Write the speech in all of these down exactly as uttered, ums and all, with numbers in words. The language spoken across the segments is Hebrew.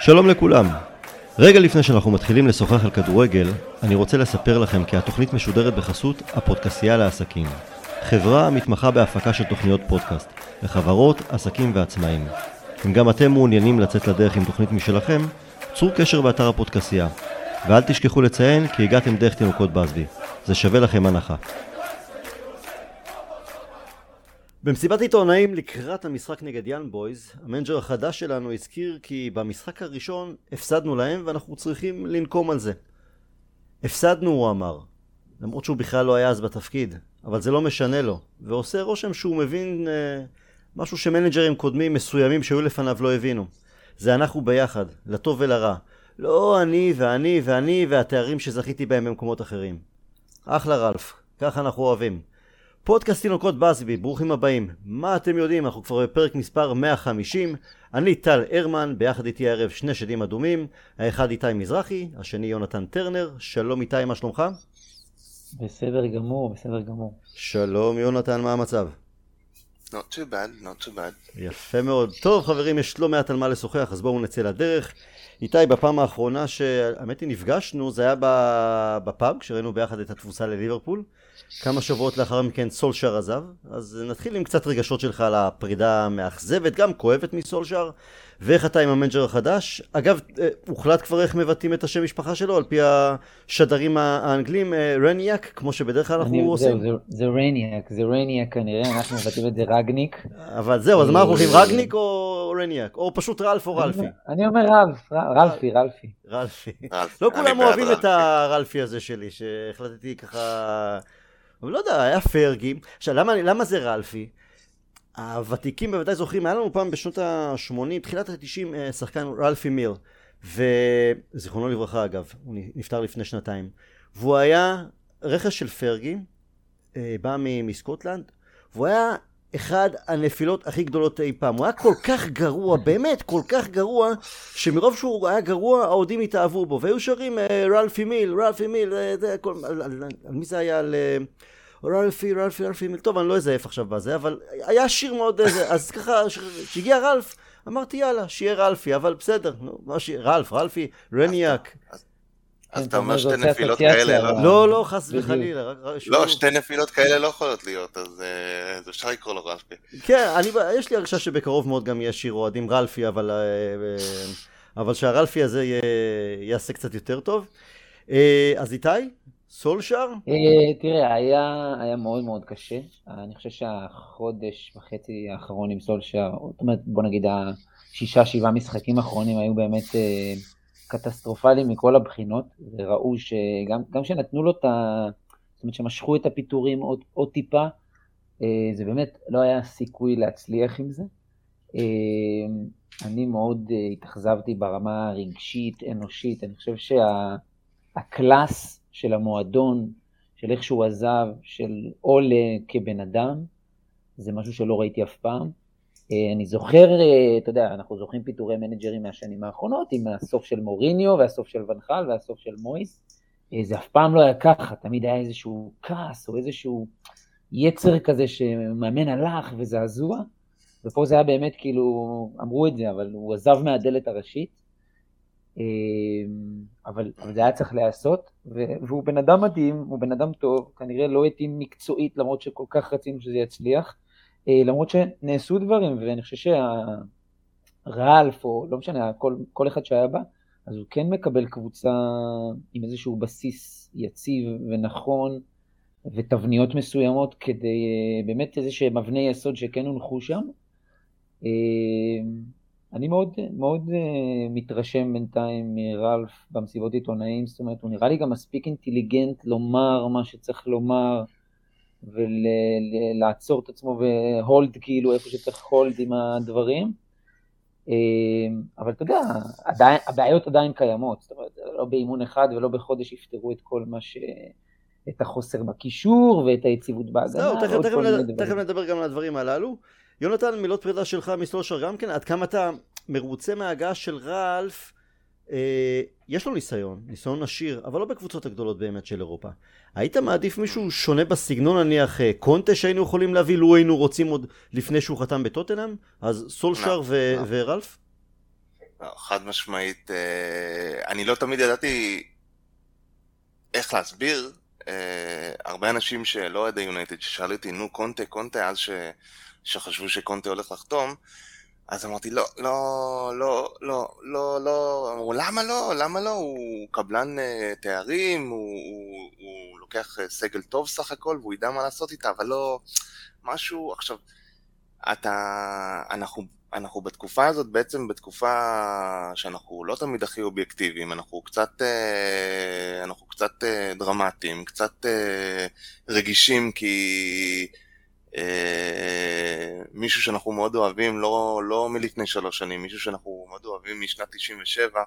שלום לכולם. רגע לפני שאנחנו מתחילים לשוחח על כדורגל, אני רוצה לספר לכם כי התוכנית משודרת בחסות הפודקאסייה לעסקים. חברה המתמחה בהפקה של תוכניות פודקאסט לחברות, עסקים ועצמאים. אם גם אתם מעוניינים לצאת לדרך עם תוכנית משלכם, צרו קשר באתר הפודקאסייה. ואל תשכחו לציין כי הגעתם דרך תינוקות בסבי. זה שווה לכם הנחה. במסיבת עיתונאים לקראת המשחק נגד יאנג בויז, המנג'ר החדש שלנו הזכיר כי במשחק הראשון הפסדנו להם ואנחנו צריכים לנקום על זה. הפסדנו, הוא אמר, למרות שהוא בכלל לא היה אז בתפקיד, אבל זה לא משנה לו, ועושה רושם שהוא מבין אה, משהו שמנג'רים קודמים מסוימים שהיו לפניו לא הבינו. זה אנחנו ביחד, לטוב ולרע. לא אני ואני ואני והתארים שזכיתי בהם במקומות אחרים. אחלה רלף, ככה אנחנו אוהבים. פודקאסט תינוקות בסבי, ברוכים הבאים. מה אתם יודעים? אנחנו כבר בפרק מספר מאה וחמישים. אני טל הרמן, ביחד איתי הערב שני שדים אדומים. האחד איתי מזרחי, השני יונתן טרנר. שלום איתי, מה שלומך? בסדר גמור, בסדר גמור. שלום יונתן, מה המצב? Not too bad, not too bad. יפה מאוד. טוב חברים, יש לא מעט על מה לשוחח, אז בואו נצא לדרך. איתי, בפעם האחרונה שהאמת היא נפגשנו, זה היה בפאב, כשראינו ביחד את התבוסה לליברפול. כמה שבועות לאחר מכן סולשר עזב, אז נתחיל עם קצת רגשות שלך על הפרידה מאכזבת, גם כואבת מסולשר, ואיך אתה עם המנג'ר החדש. אגב, הוחלט כבר איך מבטאים את השם משפחה שלו, על פי השדרים האנגלים, רניאק, כמו שבדרך כלל אנחנו עושים. זהו, זה רניאק, זה רניאק כנראה, אנחנו מבטאים את זה רגניק. אבל זהו, אז מה אנחנו הולכים, רגניק או רניאק? או פשוט רלף או רלפי? אני אומר רלף, רלפי, רלפי. רלפי. לא כולם אוהבים את הרלפי הזה שלי, שהחלטתי ככה... אבל לא יודע, היה פרגי. עכשיו, למה, למה זה רלפי? הוותיקים בוודאי זוכרים, היה לנו פעם בשנות ה-שמונים, תחילת ה-תשעים, שחקן רלפי מיל, וזיכרונו לברכה אגב, הוא נפטר לפני שנתיים, והוא היה רכש של פרגי, בא מסקוטלנד, והוא היה אחד הנפילות הכי גדולות אי פעם. הוא היה כל כך גרוע, באמת כל כך גרוע, שמרוב שהוא היה גרוע, האוהדים התאהבו בו, והיו שרים רלפי מיל, רלפי מיל, זה הכל, על, על, על מי זה היה? על רלפי, רלפי, רלפי מיל, טוב, אני לא אזייף עכשיו בזה, אבל היה שיר מאוד איזה, אז ככה, שהגיע רלף, אמרתי יאללה, שיהיה רלפי, אבל בסדר, מה שיהיה, רלף, רלפי, רניאק. אז אתה אומר שתי נפילות כאלה, לא? לא, לא, חס וחלילה. לא, שתי נפילות כאלה לא יכולות להיות, אז אפשר לקרוא לו רלפי. כן, יש לי הרגשה שבקרוב מאוד גם יהיה שיר אוהדים רלפי, אבל שהרלפי הזה יעשה קצת יותר טוב. אז איתי, סולשר? תראה, היה מאוד מאוד קשה. אני חושב שהחודש וחצי האחרון עם סולשר, זאת אומרת, בוא נגיד, השישה, שבעה משחקים האחרונים היו באמת... קטסטרופלי מכל הבחינות, וראו שגם גם שנתנו לו את ה... זאת אומרת שמשכו את הפיטורים עוד, עוד טיפה, זה באמת לא היה סיכוי להצליח עם זה. אני מאוד התאכזבתי ברמה הרגשית, אנושית, אני חושב שהקלאס של המועדון, של איך שהוא עזב, של עולה כבן אדם, זה משהו שלא ראיתי אף פעם. אני זוכר, אתה יודע, אנחנו זוכרים פיטורי מנג'רים מהשנים האחרונות, עם הסוף של מוריניו והסוף של ונחל והסוף של מויס. זה אף פעם לא היה ככה, תמיד היה איזשהו כעס או איזשהו יצר כזה שמאמן הלך וזעזוע, ופה זה היה באמת כאילו, אמרו את זה, אבל הוא עזב מהדלת הראשית, אבל, אבל זה היה צריך לעשות, והוא בן אדם מדהים, הוא בן אדם טוב, כנראה לא התאים מקצועית, למרות שכל כך רצינו שזה יצליח, למרות שנעשו דברים, ואני חושב שהרלף, או לא משנה, כל, כל אחד שהיה בה, אז הוא כן מקבל קבוצה עם איזשהו בסיס יציב ונכון, ותבניות מסוימות, כדי באמת איזה שמבני יסוד שכן הונחו שם. אני מאוד, מאוד מתרשם בינתיים מרלף במסיבות עיתונאים, זאת אומרת, הוא נראה לי גם מספיק אינטליגנט לומר מה שצריך לומר, ולעצור את עצמו והולד כאילו איפה שצריך הולד עם הדברים, אבל אתה יודע, הבעיות עדיין קיימות, זאת אומרת, לא באימון אחד ולא בחודש יפתרו את כל מה ש... את החוסר בקישור ואת היציבות בהגנה. תכף נדבר גם על הדברים הללו. יונתן, מילות פרידה שלך מסולשר גם כן, עד כמה אתה מרוצה מההגעה של רלף, יש לו ניסיון, ניסיון עשיר, אבל לא בקבוצות הגדולות באמת של אירופה. היית מעדיף מישהו שונה בסגנון, נניח קונטה שהיינו יכולים להביא, לו היינו רוצים עוד לפני שהוא חתם בטוטנהאם? אז סולשר ורלף? חד משמעית, אני לא תמיד ידעתי איך להסביר, הרבה אנשים שלא אוהדי יונייטד ששאלו אותי, נו קונטה, קונטה, אז שחשבו שקונטה הולך לחתום, אז אמרתי, לא, לא, לא, לא, לא, לא, אמרו, למה לא, למה לא, הוא קבלן תארים, הוא, הוא, הוא לוקח סגל טוב סך הכל, והוא ידע מה לעשות איתה, אבל לא, משהו, עכשיו, אתה, אנחנו, אנחנו בתקופה הזאת, בעצם בתקופה שאנחנו לא תמיד הכי אובייקטיביים, אנחנו קצת, אנחנו קצת דרמטיים, קצת רגישים, כי מישהו שאנחנו מאוד אוהבים, לא, לא מלפני שלוש שנים, מישהו שאנחנו מאוד אוהבים משנת תשעים ושבע,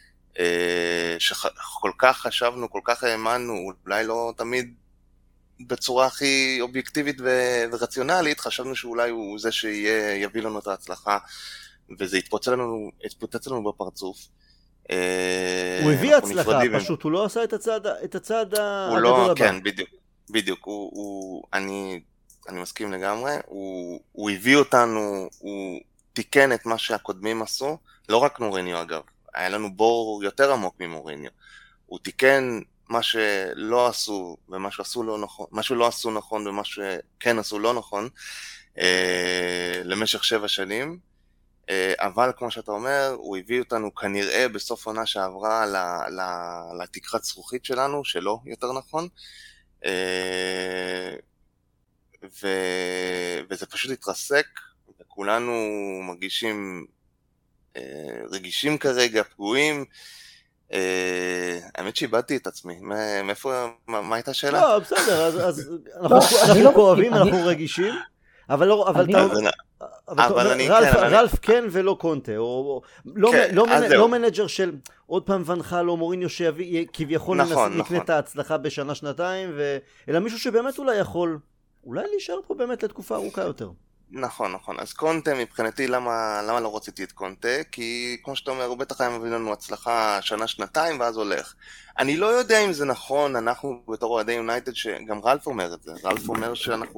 שכל כך חשבנו, כל כך האמנו, אולי לא תמיד בצורה הכי אובייקטיבית ורציונלית, חשבנו שאולי הוא זה שיביא לנו את ההצלחה, וזה התפוצץ לנו, התפוצץ לנו בפרצוף. הוא הביא הצלחה, פשוט הוא לא עשה את הצעד, את הצעד הגדול הבא. כן, בדיוק, בדיוק, הוא, הוא, אני, אני מסכים לגמרי, הוא, הוא הביא אותנו, הוא תיקן את מה שהקודמים עשו, לא רק מוריניו אגב, היה לנו בור יותר עמוק ממוריניו, הוא תיקן מה שלא עשו ומה שעשו לא נכון, מה שלא עשו נכון ומה שכן עשו לא נכון, אה, למשך שבע שנים, אה, אבל כמו שאתה אומר, הוא הביא אותנו כנראה בסוף עונה שעברה ל, ל, לתקרת זכוכית שלנו, שלא יותר נכון, אה, ו, וזה פשוט התרסק, וכולנו מרגישים אה, רגישים כרגע, פגועים, האמת שאיבדתי את עצמי, מאיפה, מה הייתה השאלה? לא, בסדר, אז אנחנו כואבים, אנחנו רגישים, אבל לא, אבל רלף כן ולא קונטה, לא מנג'ר של עוד פעם ונחל או מוריניו שיביא, כביכול נקנה את ההצלחה בשנה, שנתיים, אלא מישהו שבאמת אולי יכול, אולי להישאר פה באמת לתקופה ארוכה יותר. נכון, נכון. אז קונטה, מבחינתי, למה, למה לא רציתי את קונטה? כי, כמו שאתה אומר, הוא בטח היה מביא לנו הצלחה שנה, שנתיים, ואז הולך. אני לא יודע אם זה נכון, אנחנו בתור אוהדי יונייטד, שגם רלף אומר את זה. רלף אומר שאנחנו,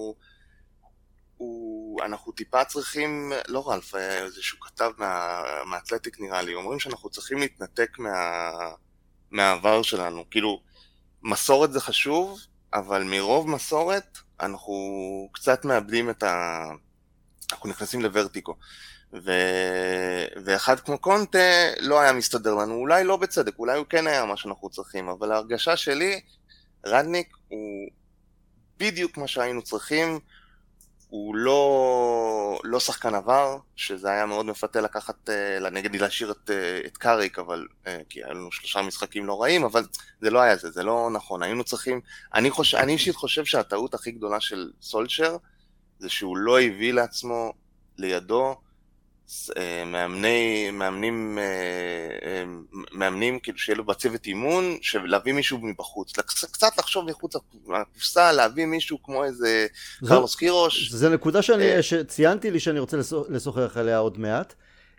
הוא, אנחנו טיפה צריכים, לא רלף, איזשהו כתב מה, מהאתלטיק נראה לי, אומרים שאנחנו צריכים להתנתק מה, מהעבר שלנו. כאילו, מסורת זה חשוב, אבל מרוב מסורת, אנחנו קצת מאבדים את ה... אנחנו נכנסים לוורטיקו. ו... ואחד כמו קונטה לא היה מסתדר לנו, אולי לא בצדק, אולי הוא כן היה מה שאנחנו צריכים, אבל ההרגשה שלי, רדניק הוא בדיוק מה שהיינו צריכים, הוא לא, לא שחקן עבר, שזה היה מאוד מפתה לקחת, נגד להשאיר את, את קאריק, אבל, כי היה לנו שלושה משחקים לא רעים, אבל זה לא היה זה, זה לא נכון. היינו צריכים, אני, חושב, אני אישית חושב שהטעות הכי גדולה של סולשר, זה שהוא לא הביא לעצמו לידו, מאמני, מאמנים, מאמנים, כאילו שיהיה לו בצוות אימון, להביא מישהו מבחוץ, קצת לחשוב מחוץ לקופסה, להביא מישהו כמו איזה קרלוס קירוש. זה נקודה שציינתי לי שאני רוצה לשוחח עליה עוד מעט.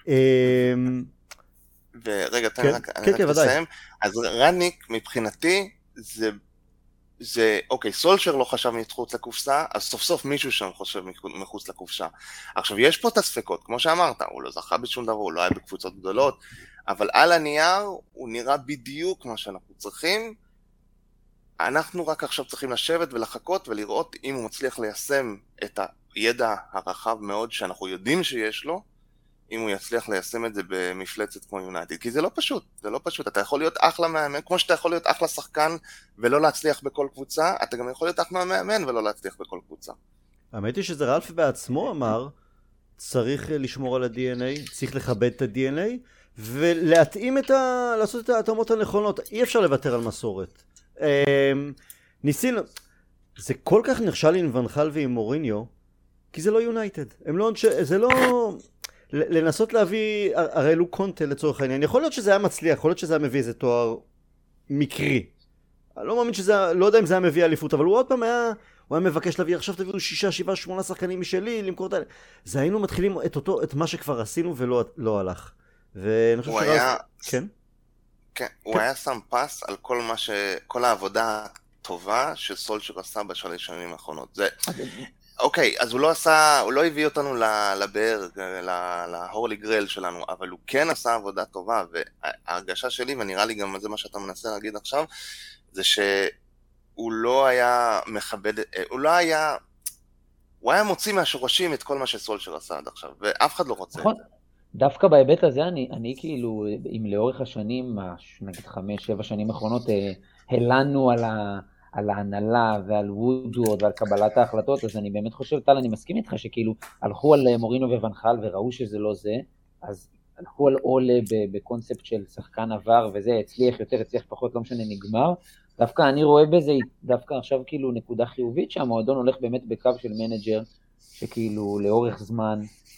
ורגע, תן רק לסיים. אז רדניק מבחינתי זה... זה, אוקיי, סולשר לא חשב מחוץ לקופסה, אז סוף סוף מישהו שם חושב מחוץ לקופסה. עכשיו, יש פה את הספקות, כמו שאמרת, הוא לא זכה בשום דבר, הוא לא היה בקבוצות גדולות, אבל על הנייר הוא נראה בדיוק מה שאנחנו צריכים, אנחנו רק עכשיו צריכים לשבת ולחכות ולראות אם הוא מצליח ליישם את הידע הרחב מאוד שאנחנו יודעים שיש לו, אם הוא יצליח ליישם את זה במפלצת כמו יונייטד, כי זה לא פשוט, זה לא פשוט, אתה יכול להיות אחלה מאמן, כמו שאתה יכול להיות אחלה שחקן ולא להצליח בכל קבוצה, אתה גם יכול להיות אחלה מאמן ולא להצליח בכל קבוצה. האמת היא שזה רלף בעצמו אמר, צריך לשמור על ה-די אן איי, צריך לכבד את ה-די אן איי, ולהתאים את ה... לעשות את ההתאמות הנכונות, אי אפשר לוותר על מסורת. ניסינו, זה כל כך נכשל עם ונחל ועם מוריניו, כי זה לא יונייטד, הם לא... זה לא... לנסות להביא, הרי אלו קונטה לצורך העניין, יכול להיות שזה היה מצליח, יכול להיות שזה היה מביא איזה תואר מקרי. אני לא מאמין שזה, לא יודע אם זה היה מביא אליפות, אבל הוא עוד פעם היה, הוא היה מבקש להביא, עכשיו תביאו שישה, שבעה, שמונה שחקנים משלי, למכור את ה... זה היינו מתחילים את אותו, את מה שכבר עשינו ולא לא הלך. ואני חושב שרז... היה... כן? כן, הוא היה שם פס על כל מה ש... כל העבודה הטובה שסולשר עשה בשלוש שנים האחרונות. זה... אוקיי, אז הוא לא עשה, הוא לא הביא אותנו לבאר, להורלי גרל שלנו, אבל הוא כן עשה עבודה טובה, וההרגשה שלי, ונראה לי גם זה מה שאתה מנסה להגיד עכשיו, זה שהוא לא היה מכבד, הוא לא היה, הוא היה מוציא מהשורשים את כל מה שסולשר עשה עד עכשיו, ואף אחד לא רוצה את זה. דווקא בהיבט הזה, אני, אני כאילו, אם לאורך השנים, נגיד חמש, שבע שנים האחרונות, הלנו על ה... על ההנהלה ועל וודוורד ועל קבלת ההחלטות, אז אני באמת חושב, טל, אני מסכים איתך שכאילו הלכו על מורינו וונחל וראו שזה לא זה, אז הלכו על אולה בקונספט של שחקן עבר וזה, הצליח יותר, הצליח פחות, לא משנה, נגמר. דווקא אני רואה בזה, דווקא עכשיו כאילו נקודה חיובית, שהמועדון הולך באמת בקו של מנג'ר, שכאילו לאורך זמן,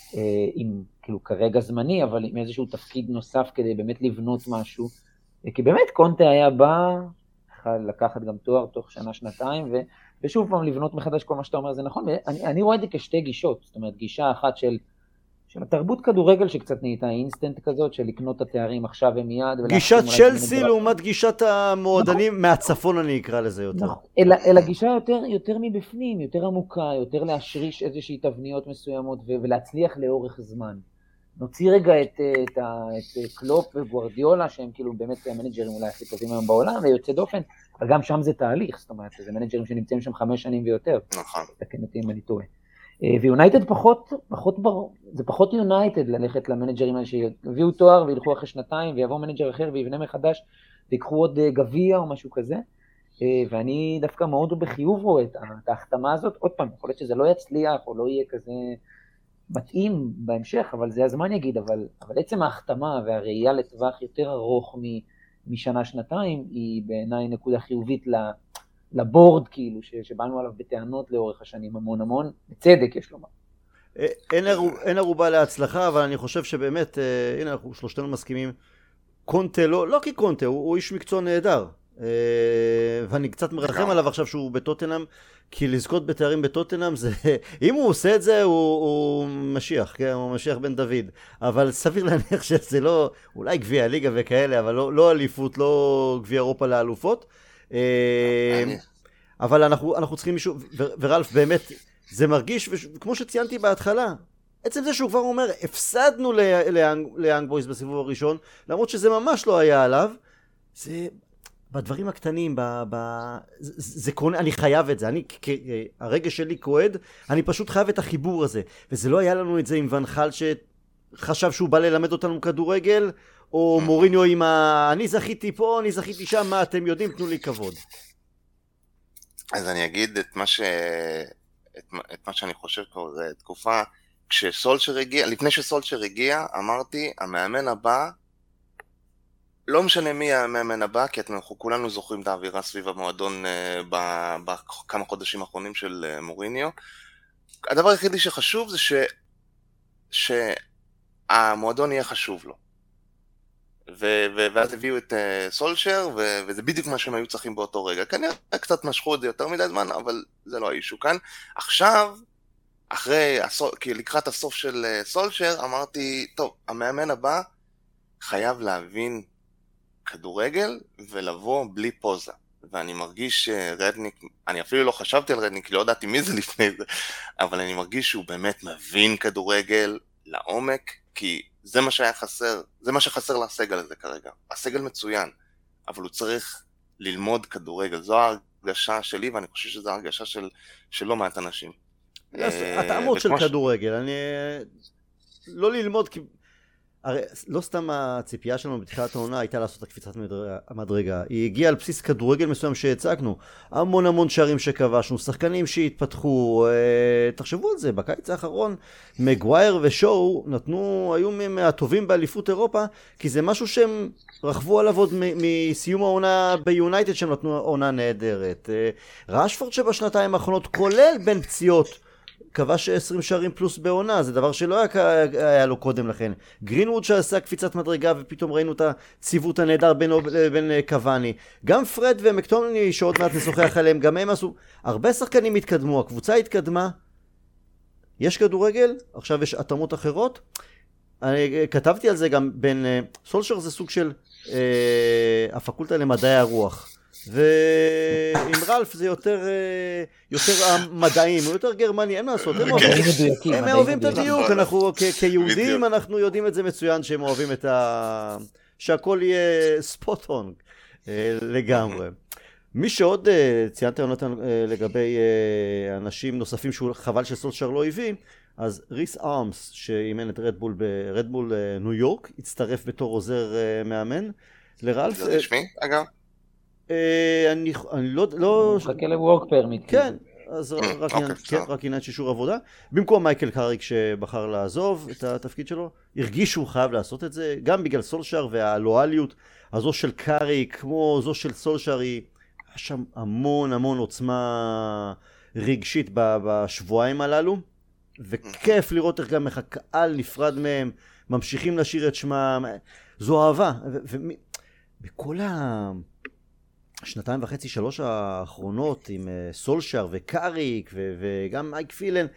עם כאילו כרגע זמני, אבל עם איזשהו תפקיד נוסף כדי באמת לבנות משהו, כי באמת קונטה היה בא, לקחת גם תואר תוך שנה, שנתיים, ו, ושוב פעם לבנות מחדש כל מה שאתה אומר, זה נכון, ואני אני רואה את זה כשתי גישות, זאת אומרת, גישה אחת של, של התרבות כדורגל שקצת נהייתה אינסטנט כזאת, של לקנות את התארים עכשיו ומיד. גישת צ'לסי לעומת גישת המועדנים, נכון. מהצפון אני אקרא לזה יותר. נכון, אלא, אלא גישה יותר, יותר מבפנים, יותר עמוקה, יותר להשריש איזושהי תבניות מסוימות, ו, ולהצליח לאורך זמן. נוציא רגע את, את, את קלופ וגוארדיולה, שהם כאילו באמת המנג'רים אולי הכי טובים היום בעולם, ויוצא דופן, אבל גם שם זה תהליך, זאת אומרת, זה מנג'רים שנמצאים שם חמש שנים ויותר. נכון. תקן אותי אם אני טועה. ויונייטד פחות, פחות בר... זה פחות יונייטד ללכת למנג'רים האלה שיביאו תואר וילכו אחרי שנתיים, ויבוא מנג'ר אחר ויבנה מחדש, ויקחו עוד גביע או משהו כזה, ואני דווקא מאוד בחיוב רואה את ההחתמה הזאת, עוד פעם, יכול להיות שזה לא יצליח או לא יהיה כזה מתאים בהמשך, אבל זה הזמן יגיד, אבל, אבל עצם ההחתמה והראייה לטווח יותר ארוך משנה שנתיים, היא בעיניי נקודה חיובית לבורד, כאילו, שבאנו עליו בטענות לאורך השנים המון המון, בצדק יש לומר. אין ערובה להצלחה, אבל אני חושב שבאמת, הנה אנחנו שלושתנו מסכימים, קונטה לא, לא כי קונטה, הוא, הוא איש מקצוע נהדר, ואני קצת מרחם עליו עכשיו שהוא בטוטנאם, כי לזכות בתארים בטוטנאם זה, אם הוא עושה את זה, הוא, הוא משיח, כן? הוא משיח בן דוד, אבל סביר להניח שזה לא, אולי גביע הליגה וכאלה, אבל לא, לא אליפות, לא גביע אירופה לאלופות, אבל אנחנו, אנחנו צריכים מישהו, ורלף באמת, זה מרגיש, וכמו שציינתי בהתחלה, עצם זה שהוא כבר אומר, הפסדנו ליאנג בויז בסיבוב הראשון, למרות שזה ממש לא היה עליו, זה בדברים הקטנים, ב, ב, זה, זה קונה, אני חייב את זה, אני, הרגש שלי כועד, אני פשוט חייב את החיבור הזה, וזה לא היה לנו את זה עם ונחל שחשב שהוא בא ללמד אותנו כדורגל, או מוריניו עם ה... אני זכיתי פה, אני זכיתי שם, מה אתם יודעים, תנו לי כבוד. אז אני אגיד את מה ש... את, את מה שאני חושב כבר, זה תקופה, כשסולשר הגיע, לפני שסולשר הגיע, אמרתי, המאמן הבא, לא משנה מי המאמן הבא, כי אנחנו כולנו זוכרים את האווירה סביב המועדון בכמה חודשים האחרונים של מוריניו. הדבר היחידי שחשוב זה ש... שהמועדון יהיה חשוב לו. ו- ו- ואז הביאו את uh, סולשר, ו- וזה בדיוק מה שהם היו צריכים באותו רגע. כנראה קצת משכו את זה יותר מדי זמן, אבל זה לא האישו כאן. עכשיו, אחרי, הסוף, כי לקראת הסוף של uh, סולשר, אמרתי, טוב, המאמן הבא חייב להבין כדורגל ולבוא בלי פוזה. ואני מרגיש שרדניק, אני אפילו לא חשבתי על רדניק, לא ידעתי מי זה לפני זה, אבל אני מרגיש שהוא באמת מבין כדורגל לעומק, כי זה מה שהיה חסר, זה מה שחסר לסגל הזה כרגע. הסגל מצוין, אבל הוא צריך ללמוד כדורגל. זו ההרגשה שלי, ואני חושב שזו ההרגשה של, של לא מעט אנשים. התאמות של כדורגל, אני... לא ללמוד, כי... הרי לא סתם הציפייה שלנו בתחילת העונה הייתה לעשות את הקפיצת המדרגה. היא הגיעה על בסיס כדורגל מסוים שהצגנו. המון המון שערים שכבשנו, שחקנים שהתפתחו. תחשבו על זה, בקיץ האחרון מגווייר ושואו נתנו, היו מהטובים באליפות אירופה, כי זה משהו שהם רכבו עליו עוד מסיום העונה ביונייטד, שהם נתנו עונה נהדרת. ראשפורד שבשנתיים האחרונות, כולל בין פציעות, כבש עשרים שערים פלוס בעונה, זה דבר שלא היה, היה לו קודם לכן. גרינווד שעשה קפיצת מדרגה, ופתאום ראינו את הציוות הנהדר בין, בין קוואני. גם פרד ומקטומני, שעוד מעט נשוחח עליהם, גם הם עשו, הרבה שחקנים התקדמו, הקבוצה התקדמה, יש כדורגל, עכשיו יש התאמות אחרות. אני כתבתי על זה גם בין, סולשר זה סוג של אה, הפקולטה למדעי הרוח. ועם רלף זה יותר יותר המדעים, הוא יותר גרמני, אין מה לעשות, הם אוהבים את הדיוק, אנחנו כיהודים אנחנו יודעים את זה מצוין שהם אוהבים את ה... שהכל יהיה ספוט און לגמרי. מי שעוד ציינת יונתן לגבי אנשים נוספים שהוא חבל שסולשר לא הביא, אז ריס ארמס שאימן את רדבול ברדבול ניו יורק, הצטרף בתור עוזר מאמן לרלף. זה רשמי אגב? אני לא... הוא מחכה לוורק פרמיט. כן, אז רק עניין של אישור עבודה. במקום מייקל קאריק שבחר לעזוב את התפקיד שלו, הרגיש שהוא חייב לעשות את זה, גם בגלל סולשר והלואליות, הזו של קאריק כמו זו של סולשר, היא שם המון המון עוצמה רגשית בשבועיים הללו, וכיף לראות איך גם איך הקהל נפרד מהם, ממשיכים לשיר את שמם, זו אהבה. ובכל השנתיים וחצי, שלוש האחרונות עם סולשר וקאריק וגם מייק פילן,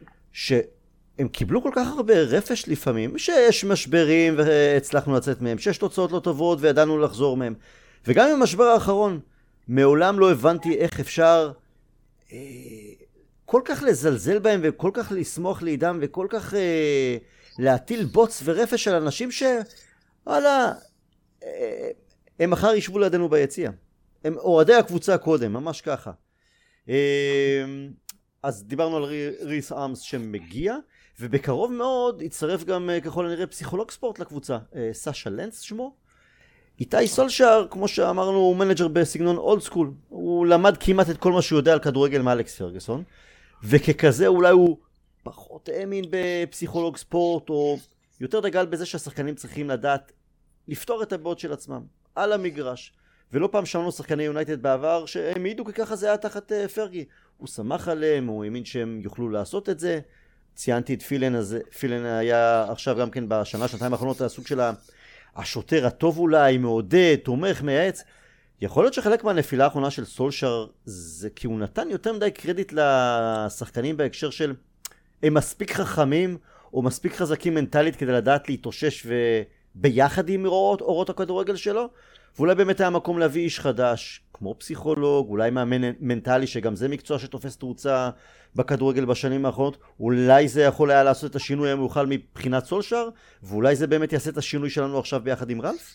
שהם קיבלו כל כך הרבה רפש לפעמים, שיש משברים והצלחנו לצאת מהם, שיש תוצאות לא טובות וידענו לחזור מהם. וגם עם המשבר האחרון, מעולם לא הבנתי איך אפשר אה, כל כך לזלזל בהם וכל כך לשמוח לידם וכל כך אה, להטיל בוץ ורפש על אנשים ש... וואלה, אה, הם מחר ישבו לידינו ביציאה. הם אוהדי הקבוצה קודם, ממש ככה. אה, אז דיברנו על ריס ארמס שמגיע, ובקרוב מאוד יצטרף גם אה, ככל הנראה פסיכולוג ספורט לקבוצה. אה, סאשה לנץ שמו. איתי סולשר, כמו שאמרנו, הוא מנג'ר בסגנון אולד סקול. הוא למד כמעט את כל מה שהוא יודע על כדורגל מאלכס פרגוסון. וככזה אולי הוא פחות האמין בפסיכולוג ספורט, או יותר דגל בזה שהשחקנים צריכים לדעת לפתור את הבעיות של עצמם על המגרש. ולא פעם שמענו שחקני יונייטד בעבר שהם העידו כי ככה זה היה תחת פרגי. הוא שמח עליהם, הוא האמין שהם יוכלו לעשות את זה. ציינתי את פילן, אז פילן היה עכשיו גם כן בשנה, שנתיים האחרונות, הסוג של השוטר הטוב אולי, מעודד, תומך, מייעץ. יכול להיות שחלק מהנפילה האחרונה של סולשר זה כי הוא נתן יותר מדי קרדיט לשחקנים בהקשר של הם מספיק חכמים או מספיק חזקים מנטלית כדי לדעת להתאושש וביחד עם אורות, אורות הכדורגל שלו, ואולי באמת היה מקום להביא איש חדש כמו פסיכולוג, אולי מאמן מנטלי שגם זה מקצוע שתופס תאוצה בכדורגל בשנים האחרונות. אולי זה יכול היה לעשות את השינוי המאוחל מבחינת סולשר, ואולי זה באמת יעשה את השינוי שלנו עכשיו ביחד עם רלף?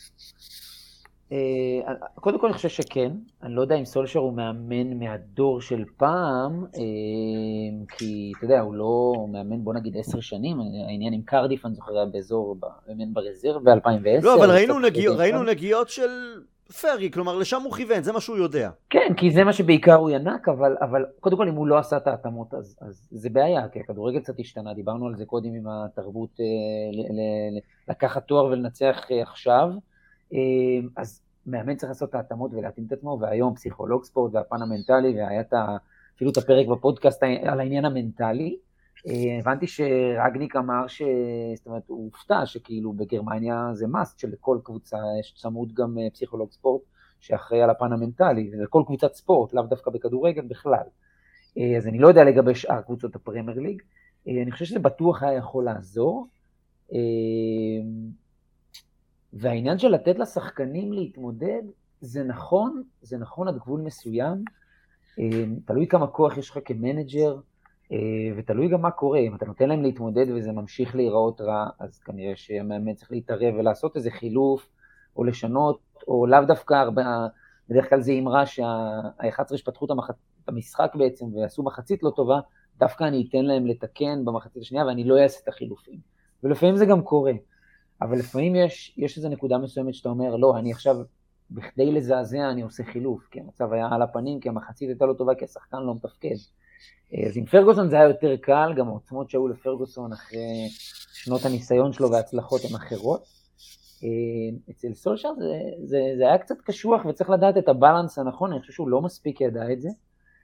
קודם כל אני חושב שכן, אני לא יודע אם סולשר הוא מאמן מהדור של פעם, כי אתה יודע, הוא לא מאמן בוא נגיד עשר שנים, העניין עם קרדיף אני זוכר באזור, מאמן ברזרב ב-אלפיים ועשר. לא, אבל ראינו, נגיע, ראינו נגיעות של פרגי, כלומר לשם הוא כיוון, זה מה שהוא יודע. כן, כי זה מה שבעיקר הוא ינק, אבל, אבל קודם כל אם הוא לא עשה את ההתאמות, אז, אז זה בעיה, כי הכדורגל קצת השתנה, דיברנו על זה קודם עם התרבות ל, ל, לקחת תואר ולנצח עכשיו, אז מאמן צריך לעשות את ההתאמות ולהתאים את עצמו, והיום פסיכולוג ספורט והפן המנטלי, והיה את אפילו את הפרק בפודקאסט על העניין המנטלי, הבנתי שרגניק אמר ש... זאת אומרת, הוא הופתע שכאילו בגרמניה זה מאסט, שלכל קבוצה יש צמוד גם פסיכולוג ספורט, שאחראי על הפן המנטלי, ולכל קבוצת ספורט, לאו דווקא בכדורגל בכלל. אז אני לא יודע לגבי שאר קבוצות הפרמייר ליג, אני חושב שזה בטוח היה יכול לעזור, והעניין של לתת לשחקנים להתמודד, זה נכון, זה נכון עד גבול מסוים, תלוי כמה כוח יש לך כמנג'ר, ותלוי גם מה קורה, אם אתה נותן להם להתמודד וזה ממשיך להיראות רע, אז כנראה שהמאמן צריך להתערב ולעשות איזה חילוף, או לשנות, או לאו דווקא הרבה, בדרך כלל זה אמרה שה-אחד עשר שפתחו את המשחק בעצם, ועשו מחצית לא טובה, דווקא אני אתן להם לתקן במחצית השנייה, ואני לא אעשה את החילופים. ולפעמים זה גם קורה. אבל לפעמים יש, יש איזו נקודה מסוימת שאתה אומר, לא, אני עכשיו, בכדי לזעזע, אני עושה חילוף, כי המצב היה על הפנים, כי המחצית הייתה לא טובה, כי השחקן לא מתפקד. אז עם פרגוסון זה היה יותר קל, גם העוצמות שהיו לפרגוסון אחרי שנות הניסיון שלו וההצלחות הן אחרות. אצל סולשר זה, זה, זה היה קצת קשוח, וצריך לדעת את הבלנס הנכון, אני חושב שהוא לא מספיק ידע את זה.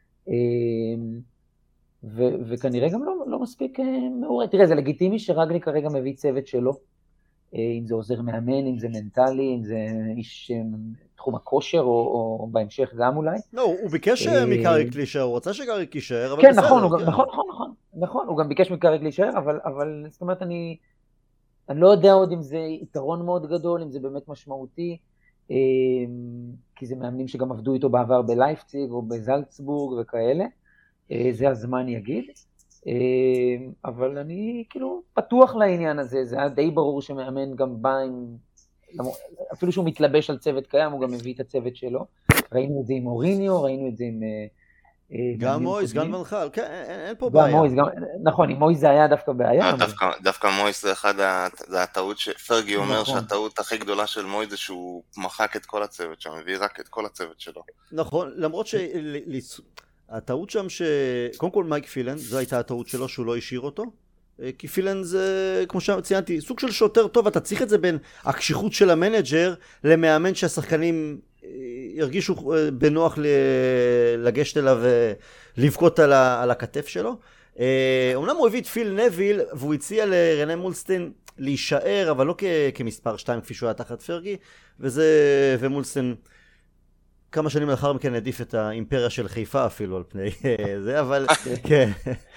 ו, וכנראה גם לא, לא מספיק מעורר. תראה, זה לגיטימי שרגלי כרגע מביא צוות שלו, אם זה עוזר מאמן, אם זה מנטלי, אם זה איש תחום הכושר, או, או בהמשך גם אולי. לא, הוא ביקש מקאריק להישאר, הוא רצה שקאריק יישאר, אבל כן, בסדר. נכון, נכון, נכון, נכון, נכון, הוא גם ביקש מקאריק להישאר, אבל, אבל זאת אומרת, אני, אני לא יודע עוד אם זה יתרון מאוד גדול, אם זה באמת משמעותי, כי זה מאמנים שגם עבדו איתו בעבר בלייפציג או בזלצבורג וכאלה, זה הזמן יגיד. אבל אני כאילו פתוח לעניין הזה, זה היה די ברור שמאמן גם בא עם, אפילו שהוא מתלבש על צוות קיים, הוא גם מביא את הצוות שלו. ראינו את זה עם אוריניו, ראינו את זה עם... גם מויס, גם ונחל, כן, אין פה בעיה. מויס, גם, נכון, עם מויס זה היה דווקא בעיה. דווקא, דווקא מויס זה אחד, זה הטעות שפרגי אומר שהטעות הכי גדולה של מויס זה שהוא מחק את כל הצוות שם, הביא רק את כל הצוות שלו. נכון, למרות שהטעות שם ש... קודם כל מייק פילן, זו הייתה הטעות שלו שהוא לא השאיר אותו, כי פילן זה, כמו שציינתי, סוג של שוטר טוב, אתה צריך את זה בין הקשיחות של המנג'ר למאמן שהשחקנים ירגישו בנוח לגשת אליו ולבכות על הכתף שלו. אומנם הוא הביא את פיל נביל והוא הציע לרנה מולסטיין להישאר, אבל לא כמספר שתיים כפי שהוא היה תחת פרגי, וזה, ומולסטיין כמה שנים לאחר מכן העדיף את האימפריה של חיפה אפילו על פני זה, אבל כן.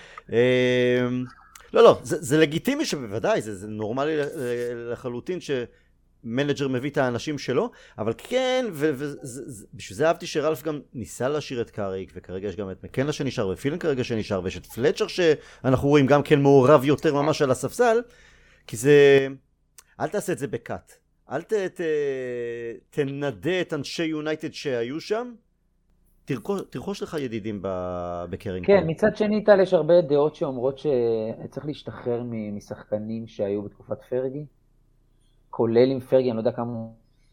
לא, לא, זה, זה לגיטימי שבוודאי, זה, זה נורמלי לחלוטין שמנג'ר מביא את האנשים שלו, אבל כן, ובשביל זה אהבתי שרלף גם ניסה להשאיר את קאריק, וכרגע יש גם את מקנלה שנשאר, ופילן כרגע שנשאר, ויש את פלצ'ר שאנחנו רואים גם כן מעורב יותר ממש על הספסל, כי זה, אל תעשה את זה בקאט, אל ת, ת, תנדה את אנשי יונייטד שהיו שם, תרכוש, תרכוש לך ידידים בקרינגטון. כן, מצד שני טל יש הרבה דעות שאומרות שצריך להשתחרר משחקנים שהיו בתקופת פרגי, כולל עם פרגי, אני לא יודע כמה...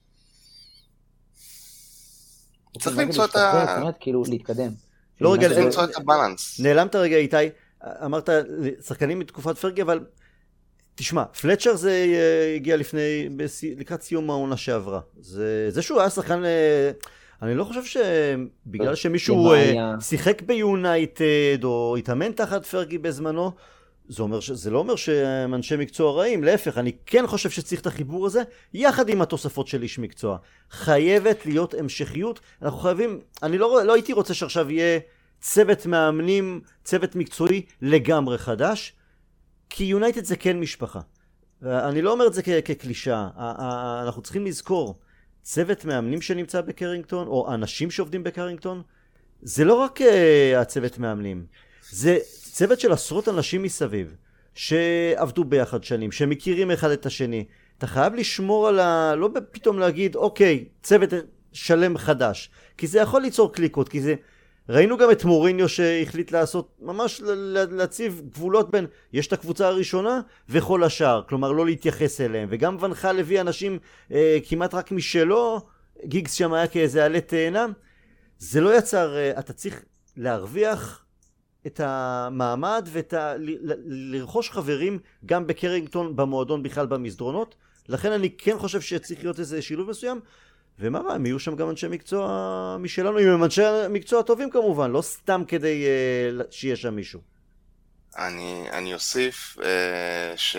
צריך למצוא את ה... זאת אומרת, כאילו, להתקדם. לא רגע, צריך למצוא את הבלנס. נעלמת רגע איתי, אמרת שחקנים מתקופת פרגי, אבל תשמע, פלצ'ר זה הגיע לפני, לקראת סיום העונה שעברה. זה שהוא היה שחקן... אני לא חושב שבגלל שמישהו שיחק ביונייטד או התאמן תחת פרגי בזמנו, זה, אומר ש... זה לא אומר שהם אנשי מקצוע רעים, להפך, אני כן חושב שצריך את החיבור הזה, יחד עם התוספות של איש מקצוע. חייבת להיות המשכיות, אנחנו חייבים, אני לא, לא הייתי רוצה שעכשיו יהיה צוות מאמנים, צוות מקצועי לגמרי חדש, כי יונייטד זה כן משפחה. אני לא אומר את זה כ- כקלישה, אנחנו צריכים לזכור, צוות מאמנים שנמצא בקרינגטון, או אנשים שעובדים בקרינגטון, זה לא רק uh, הצוות מאמנים, זה צוות של עשרות אנשים מסביב, שעבדו ביחד שנים, שמכירים אחד את השני. אתה חייב לשמור על ה... לא פתאום להגיד, אוקיי, צוות שלם חדש, כי זה יכול ליצור קליקות, כי זה... ראינו גם את מוריניו שהחליט לעשות, ממש להציב גבולות בין, יש את הקבוצה הראשונה וכל השאר, כלומר לא להתייחס אליהם, וגם ונחל הביא אנשים אה, כמעט רק משלו, גיגס שם היה כאיזה עלי תאנה, זה לא יצר, אה, אתה צריך להרוויח את המעמד ואת ה... ל- ל- לרכוש חברים גם בקרינגטון, במועדון בכלל במסדרונות, לכן אני כן חושב שצריך להיות איזה שילוב מסוים, ומה רע, הם יהיו שם גם אנשי מקצוע משלנו, אם הם אנשי מקצוע טובים כמובן, לא סתם כדי uh, שיהיה שם מישהו. אני, אני אוסיף uh, ש...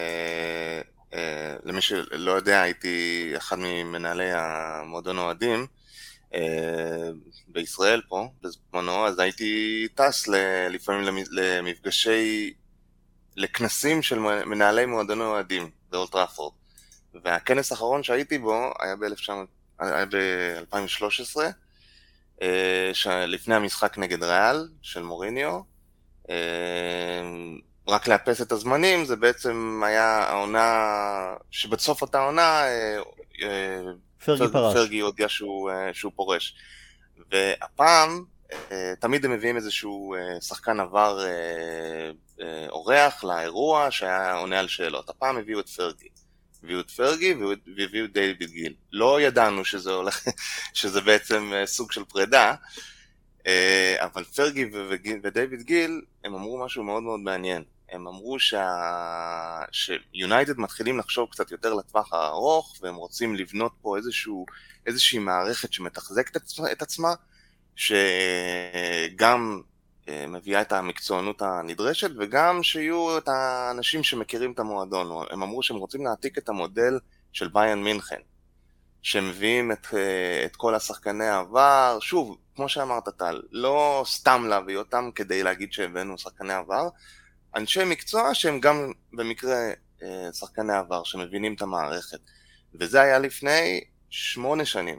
uh, למי שלא יודע, הייתי אחד ממנהלי המועדון אוהדים uh, בישראל פה, בזמנו, אז הייתי טס ל... לפעמים למפגשי, לכנסים של מנהלי מועדון אוהדים באולט טראפורד. והכנס האחרון שהייתי בו היה ב-אלפיים ושלוש עשרה, לפני המשחק נגד ריאל של מוריניו. רק לאפס את הזמנים, זה בעצם היה העונה, שבסוף אותה עונה פרגי פרש. פרגי הודיע שהוא, שהוא פורש. והפעם תמיד הם מביאים איזשהו שחקן עבר אורח לאירוע שהיה עונה על שאלות. הפעם הביאו את פרגי. הביאו את פרגי והביאו את דיוויד גיל. לא ידענו שזה הולך, שזה בעצם סוג של פרידה, אבל פרגי ודיוויד גיל, הם אמרו משהו מאוד מאוד מעניין. הם אמרו שה... שיונייטד מתחילים לחשוב קצת יותר לטווח הארוך, והם רוצים לבנות פה איזשהו, איזושהי מערכת שמתחזקת את עצמה, שגם מביאה את המקצוענות הנדרשת, וגם שיהיו את האנשים שמכירים את המועדון. הם אמרו שהם רוצים להעתיק את המודל של ביין מינכן, שמביאים את, את כל השחקני העבר, שוב, כמו שאמרת טל, לא סתם להביא אותם כדי להגיד שהבאנו שחקני עבר, אנשי מקצוע שהם גם במקרה שחקני עבר, שמבינים את המערכת. וזה היה לפני שמונה שנים.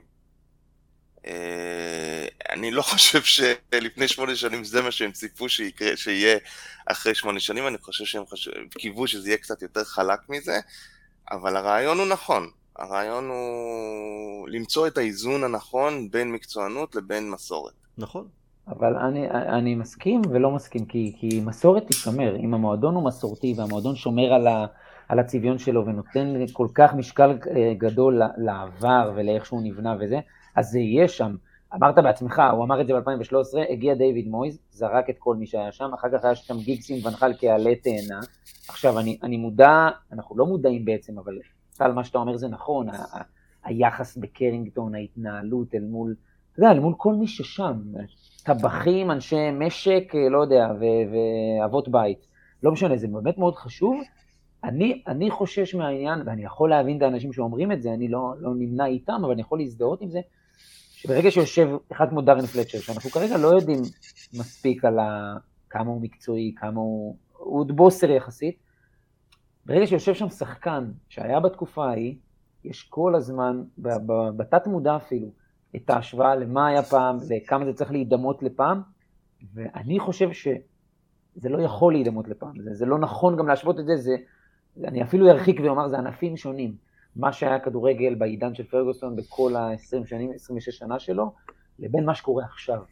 אני לא חושב שלפני שמונה שנים זה מה שהם ציפו שיקרה, שיהיה אחרי שמונה שנים, אני חושב שהם קיוו שזה יהיה קצת יותר חלק מזה, אבל הרעיון הוא נכון, הרעיון הוא למצוא את האיזון הנכון בין מקצוענות לבין מסורת. נכון. אבל אני, אני מסכים ולא מסכים, כי, כי מסורת תשמר, אם המועדון הוא מסורתי והמועדון שומר על, ה, על הצביון שלו ונותן כל כך משקל גדול לעבר ולאיך שהוא נבנה וזה, אז זה יהיה שם. אמרת בעצמך, הוא אמר את זה ב-אלפיים ושלוש עשרה, הגיע דיוויד מויז, זרק את כל מי שהיה שם, אחר כך היה שם גיגסים ונחל כעלה תאנה. עכשיו, אני, אני מודע, אנחנו לא מודעים בעצם, אבל על מה שאתה אומר זה נכון, ה- ה- היחס בקרינגטון, ההתנהלות אל מול, אתה יודע, אל מול כל מי ששם, טבחים, אנשי משק, לא יודע, ו- ואבות בית. לא משנה, זה באמת מאוד חשוב. אני, אני חושש מהעניין, ואני יכול להבין את האנשים שאומרים את זה, אני לא, לא נמנע איתם, אבל אני יכול להזדהות עם זה, שברגע שיושב אחד כמו דארן פלצ'ר, שאנחנו כרגע לא יודעים מספיק על ה... כמה הוא מקצועי, כמה הוא... הוא עוד בוסר יחסית, ברגע שיושב שם שחקן שהיה בתקופה ההיא, יש כל הזמן, בתת מודע אפילו, את ההשוואה למה היה פעם, לכמה זה צריך להידמות לפעם, ואני חושב שזה לא יכול להידמות לפעם, זה, זה לא נכון גם להשוות את זה, זה, אני אפילו ארחיק ואומר, זה ענפים שונים. מה שהיה כדורגל בעידן של פרגוסון בכל ה-עשרים שנים, עשרים ושש שנה שלו, לבין מה שקורה עכשיו.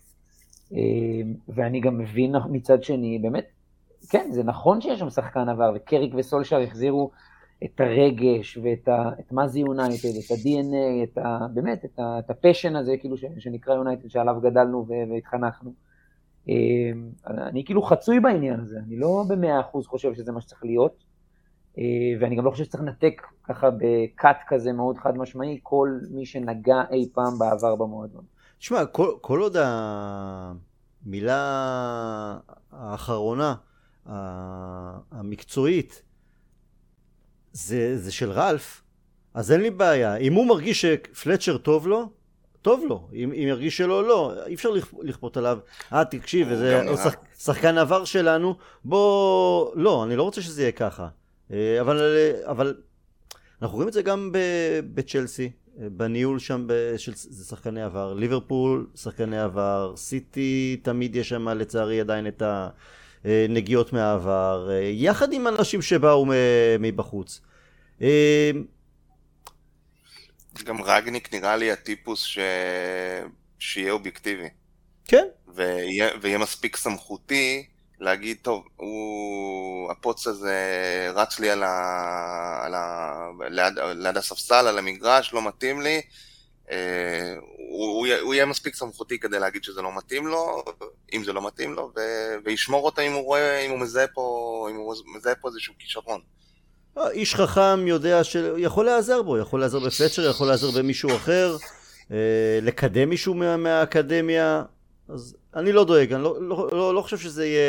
ואני גם מבין מצד שני, באמת, כן, זה נכון שיש שם שחקן עבר, וקריק וסולשר החזירו את הרגש, ואת ה, את מה זה יונייטד, את ה-די אן איי, את ה, באמת, את, ה, את הפשן הזה, כאילו, ש, שנקרא יונייטד, שעליו גדלנו והתחנכנו. אני כאילו חצוי בעניין הזה, אני לא במאה אחוז חושב שזה מה שצריך להיות, ואני גם לא חושב שצריך לנתק ככה בקאט כזה מאוד חד משמעי, כל מי שנגע אי פעם בעבר במועדון. תשמע, כל, כל עוד המילה האחרונה, המקצועית, זה, זה של רלף, אז אין לי בעיה. אם הוא מרגיש שפלצ'ר טוב לו, טוב לו. אם, אם ירגיש שלו, לא. אי אפשר לכפות עליו. אה, תקשיב, זה שח, שחקן עבר שלנו, בוא... לא, אני לא רוצה שזה יהיה ככה. אבל, אבל אנחנו רואים את זה גם בצ'לסי, בניהול שם של שחקני עבר, ליברפול, שחקני עבר, סיטי, תמיד יש שם לצערי עדיין את הנגיעות מהעבר, יחד עם אנשים שבאו מבחוץ. גם רגניק נראה לי הטיפוס ש... שיהיה אובייקטיבי. כן. ויהיה, ויהיה מספיק סמכותי, להגיד, טוב, הוא, הפוץ הזה רץ לי על ה, על ה, ליד, ליד הספסל, על המגרש, לא מתאים לי, אה, הוא, הוא, הוא יהיה מספיק סמכותי כדי להגיד שזה לא מתאים לו, אם זה לא מתאים לו, ו, וישמור אותה אם הוא רואה, אם הוא מזהה פה, אם הוא מזהה פה איזשהו כישרון. איש חכם יודע שיכול לעזר בו, יכול לעזר בפלצ'ר, יכול לעזר במישהו אחר, אה, לקדם מישהו מה, מהאקדמיה, אז אני לא דואג, אני לא, לא, לא, לא חושב שזה יהיה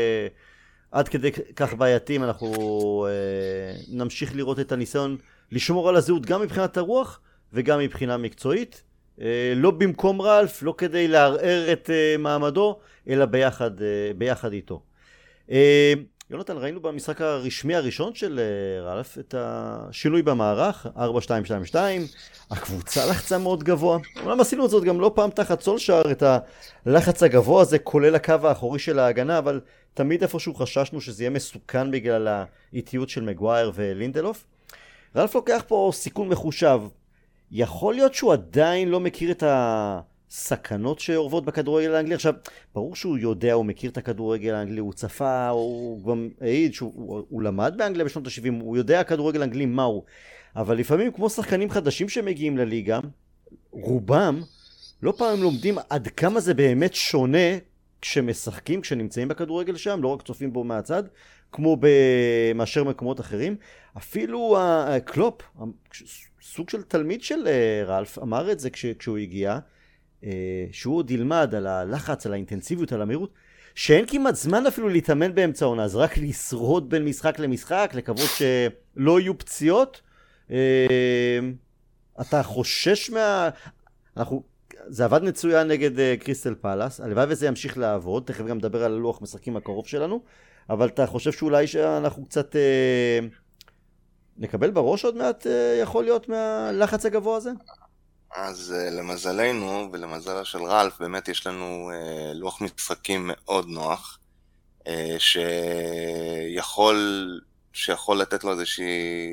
עד כדי כך בעייתי, אנחנו אה, נמשיך לראות את הניסיון לשמור על הזהות גם מבחינת הרוח וגם מבחינה מקצועית, אה, לא במקום רלף, לא כדי לערער את אה, מעמדו, אלא ביחד, אה, ביחד איתו. אה, יונתן, ראינו במשחק הרשמי הראשון של רלף את השינוי במערך, ארבע שתיים שתיים שתיים, הקבוצה לחצה מאוד גבוה, אולם עשינו את זאת גם לא פעם תחת סולשאר, את הלחץ הגבוה הזה, כולל הקו האחורי של ההגנה, אבל תמיד איפשהו חששנו שזה יהיה מסוכן בגלל האיטיות של מגווייר ולינדלוף. רלף לוקח פה סיכון מחושב, יכול להיות שהוא עדיין לא מכיר את ה... סכנות שעורבות בכדורגל האנגלי. עכשיו, ברור שהוא יודע, הוא מכיר את הכדורגל האנגלי, הוא צפה, הוא גם העיד שהוא הוא, הוא למד באנגליה בשנות ה-שבעים, הוא יודע הכדורגל האנגלי מהו. אבל לפעמים, כמו שחקנים חדשים שמגיעים לליגה, רובם לא פעם לומדים עד כמה זה באמת שונה כשמשחקים, כשנמצאים בכדורגל שם, לא רק צופים בו מהצד, כמו מאשר מקומות אחרים. אפילו הקלופ, סוג של תלמיד של רלף, אמר את זה כשהוא הגיע, שהוא עוד ילמד על הלחץ, על האינטנסיביות, על המהירות, שאין כמעט זמן אפילו להתאמן באמצע העונה, אז רק לשרוד בין משחק למשחק, לקוות שלא יהיו פציעות. אתה חושש מה... אנחנו... זה עבד מצוין נגד קריסטל פלאס, הלוואי וזה ימשיך לעבוד, תכף גם נדבר על הלוח משחקים הקרוב שלנו, אבל אתה חושב שאולי שאנחנו קצת נקבל בראש עוד מעט, יכול להיות מהלחץ הגבוה הזה? אז למזלנו ולמזלה של רלף, באמת יש לנו לוח משחקים מאוד נוח, שיכול, שיכול לתת לו איזושהי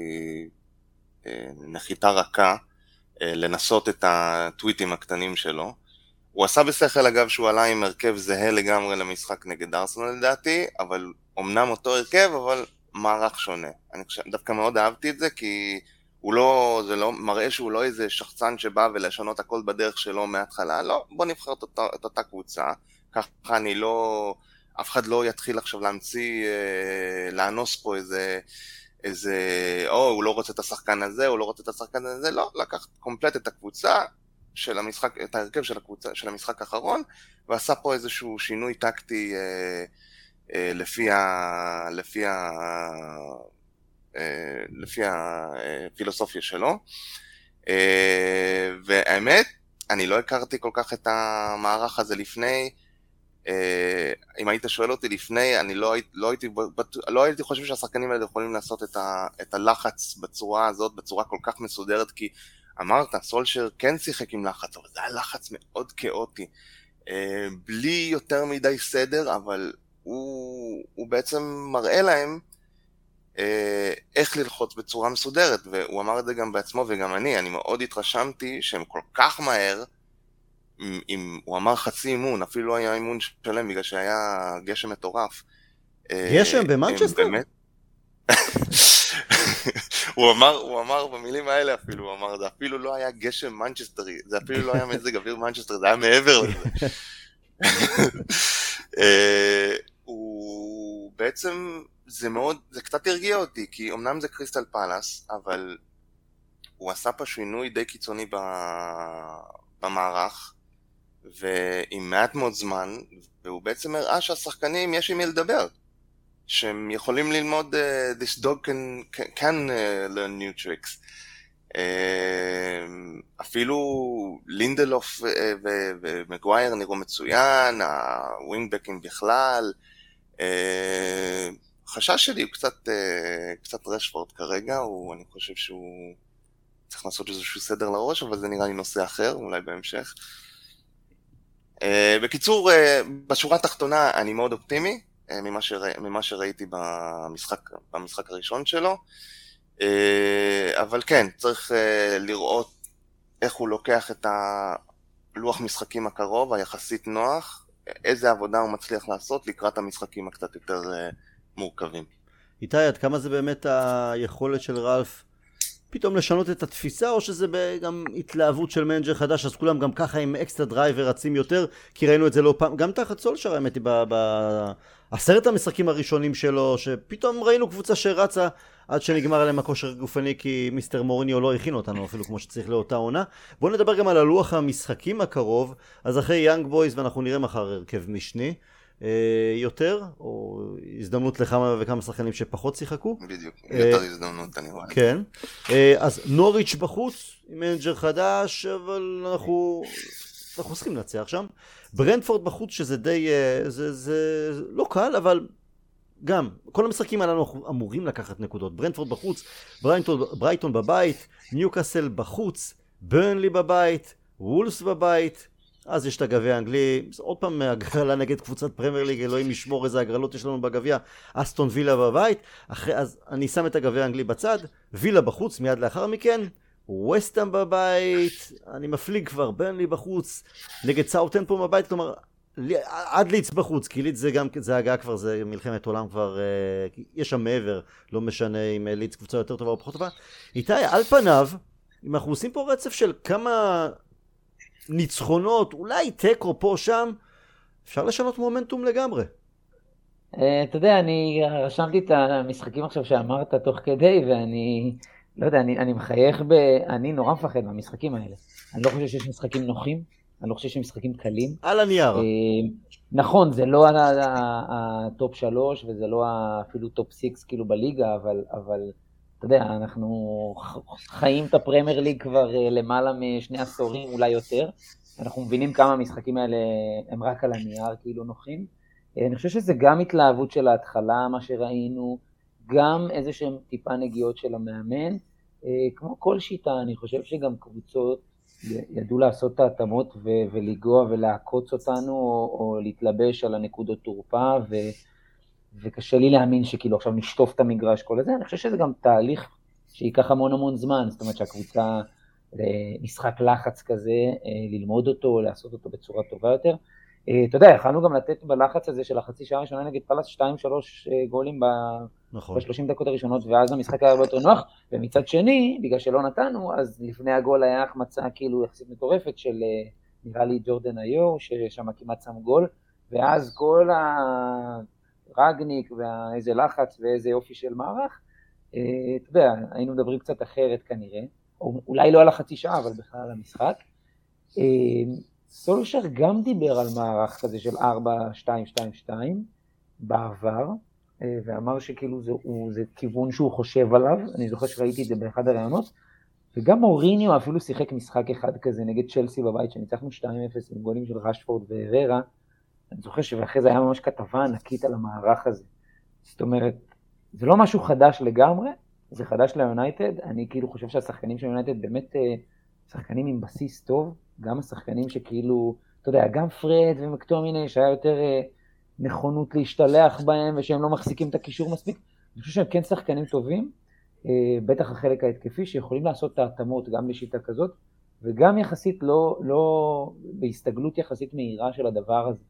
נחיתה רכה, לנסות את הטוויטים הקטנים שלו. הוא עשה בשכל אגב שהוא עלה עם הרכב זהה לגמרי למשחק נגד ארסנל לדעתי, אבל אמנם אותו הרכב, אבל מערך שונה. אני חושב, דווקא מאוד אהבתי את זה, כי הוא לא, זה לא, מראה שהוא לא איזה שחצן שבא ולשנות הכל בדרך שלו מההתחלה, לא, בוא נבחר את אותה, את אותה קבוצה, ככה אני לא, אף אחד לא יתחיל עכשיו להמציא, אה, לאנוס פה איזה, איזה, או הוא לא רוצה את השחקן הזה, הוא לא רוצה את השחקן הזה, לא, לקח קומפלט את הקבוצה של המשחק, את ההרכב של הקבוצה, של המשחק האחרון, ועשה פה איזשהו שינוי טקטי, אה, אה, לפי ה, לפי ה, לפי הפילוסופיה שלו, והאמת, אני לא הכרתי כל כך את המערך הזה לפני, אם היית שואל אותי לפני, אני לא, לא, הייתי, לא הייתי חושב שהשחקנים האלה יכולים לעשות את, ה, את הלחץ בצורה הזאת, בצורה כל כך מסודרת, כי אמרת, סולשר כן שיחק עם לחץ, אבל זה היה לחץ מאוד כאוטי, בלי יותר מדי סדר, אבל הוא, הוא בעצם מראה להם, איך ללחוץ בצורה מסודרת, והוא אמר את זה גם בעצמו וגם אני, אני מאוד התרשמתי שהם כל כך מהר, אם הוא אמר חצי אימון, אפילו לא היה אימון שלם בגלל שהיה גשם מטורף. גשם במנצ'סטר? הוא אמר, הוא אמר במילים האלה אפילו, הוא אמר, זה אפילו לא היה גשם מנצ'סטרי, זה אפילו לא היה מזג אוויר מנצ'סטר, זה היה מעבר לזה. הוא בעצם, זה מאוד, זה קצת הרגיע אותי, כי אמנם זה קריסטל פלאס, אבל הוא עשה פה שינוי די קיצוני במערך, ועם מעט מאוד זמן, והוא בעצם הראה שהשחקנים יש עם מי לדבר, שהם יכולים ללמוד, uh, this dog can, can, can uh, learn new tricks. Uh, אפילו לינדלוף ומגווייר נראו מצוין, הווינגבקים בכלל, uh, החשש שלי הוא קצת, קצת רשפורד כרגע, הוא, אני חושב שהוא צריך לעשות איזשהו סדר לראש, אבל זה נראה לי נושא אחר, אולי בהמשך. בקיצור, בשורה התחתונה אני מאוד אופטימי, ממה, שרא, ממה שראיתי במשחק, במשחק הראשון שלו, אבל כן, צריך לראות איך הוא לוקח את הלוח משחקים הקרוב, היחסית נוח, איזה עבודה הוא מצליח לעשות לקראת המשחקים הקצת יותר מורכבים. איתי, עד כמה זה באמת היכולת של רלף פתאום לשנות את התפיסה, או שזה גם התלהבות של מנג'ר חדש, אז כולם גם ככה עם אקסטרה דרייבר רצים יותר, כי ראינו את זה לא פעם, גם תחת סולשר האמת היא בעשרת המשחקים הראשונים שלו, שפתאום ראינו קבוצה שרצה עד שנגמר עליהם הכושר הגופני, כי מיסטר מוריניו לא הכין אותנו אפילו כמו שצריך לאותה עונה. בואו נדבר גם על הלוח המשחקים הקרוב, אז אחרי יאנג בויז, ואנחנו נראה מחר הרכב משני, יותר, או הזדמנות לכמה וכמה שחקנים שפחות שיחקו. בדיוק, יותר הזדמנות אני רואה. כן. אז נוריץ' בחוץ, עם מנג'ר חדש, אבל אנחנו אנחנו צריכים לנצח שם. ברנטפורד בחוץ, שזה די, זה, זה לא קל, אבל גם, כל המשחקים הללו אמורים לקחת נקודות. ברנטפורד בחוץ, ברייטון, ברייטון בבית, ניוקאסל בחוץ, ברנלי בבית, וולס בבית, אז יש את הגביע האנגלי, עוד פעם הגרלה נגד קבוצת פרמייר ליג, אלוהים ישמור איזה הגרלות יש לנו בגביע, אסטון וילה בבית, אחרי, אז אני שם את הגביע האנגלי בצד, וילה בחוץ מיד לאחר מכן, ווסטהאם בבית, אני מפליג כבר, ברנלי בחוץ, נגד סאות'המפטון בבית, כלומר, עד ליץ בחוץ, כי ליץ זה גם, זה הגעה כבר, זה מלחמת עולם כבר, יש שם מעבר, לא משנה אם ליץ קבוצה יותר טובה או פחות טובה. איתי, על פניו, אם אנחנו עושים פה רצף של כמה ניצחונות, אולי טקו פה שם, אפשר לשנות מומנטום לגמרי. אתה יודע, אני רשמתי את המשחקים עכשיו שאמרת תוך כדי, ואני, לא יודע, אני, אני מחייך ב... אני נורא מפחד מהמשחקים האלה. אני לא חושב שיש משחקים נוחים, אני לא חושב שיש משחקים קלים. על הנייר. נכון, זה לא הטופ שלוש, וזה לא אפילו טופ סיקס כאילו בליגה, אבל, אבל אתה יודע, אנחנו חיים את הפרמייר ליג כבר למעלה משני עשורים, אולי יותר. אנחנו מבינים כמה המשחקים האלה הם רק על הנייר, כאילו נוחים. אני חושב שזה גם התלהבות של ההתחלה, מה שראינו, גם איזה שהם טיפה נגיעות של המאמן. כמו כל שיטה, אני חושב שגם קבוצות ידעו לעשות את ההתאמות ו- ולגוע ולעקוץ אותנו, או, או להתלבש על הנקודות תורפה, ו- וקשה לי להאמין שכאילו עכשיו נשטוף את המגרש כל הזה. אני חושב שזה גם תהליך שיקח המון המון זמן, זאת אומרת שהקבוצה, משחק לחץ כזה, ללמוד אותו, לעשות אותו בצורה טובה יותר. אתה יודע, יכולנו גם לתת בלחץ הזה של החצי שעה הראשונה נגד פלאס שתיים שלוש גולים ב-שלושים דקות הראשונות, ואז המשחק היה הרבה יותר נוח, ומצד שני, בגלל שלא נתנו, אז לפני הגול היה החמצה כאילו יחסית מטורפת של נראה לי ג'ורדן איו, ששם כמעט שם גול, ואז כל הרגניק ואיזה לחץ ואיזה יופי של מערך, אתה יודע, היינו מדברים קצת אחרת כנראה, או אולי לא על החצי שעה, אבל בכלל על המשחק. סולשר גם דיבר על מערך כזה של ארבע שתיים שתיים שתיים בעבר, ואמר שכאילו זה, הוא, זה כיוון שהוא חושב עליו, אני זוכר שראיתי את זה באחד הרעיונות, וגם מוריניו אפילו שיחק משחק אחד כזה נגד צ'לסי בבית, שניצחנו שתיים אפס עם גולים של רשפורד והררה, אני זוכר שאחרי זה היה ממש כתבה ענקית על המערך הזה. זאת אומרת, זה לא משהו חדש לגמרי, זה חדש ליונייטד, אני כאילו חושב שהשחקנים של יונייטד באמת שחקנים עם בסיס טוב, גם השחקנים שכאילו, אתה יודע, גם פרד ומקטומיני, שהיה יותר נכונות להשתלח בהם, ושהם לא מחזיקים את הקישור מספיק, אני חושב שהם כן שחקנים טובים, בטח החלק ההתקפי, שיכולים לעשות את ההתאמות גם לשיטה כזאת, וגם יחסית לא, לא, בהסתגלות יחסית מהירה של הדבר הזה.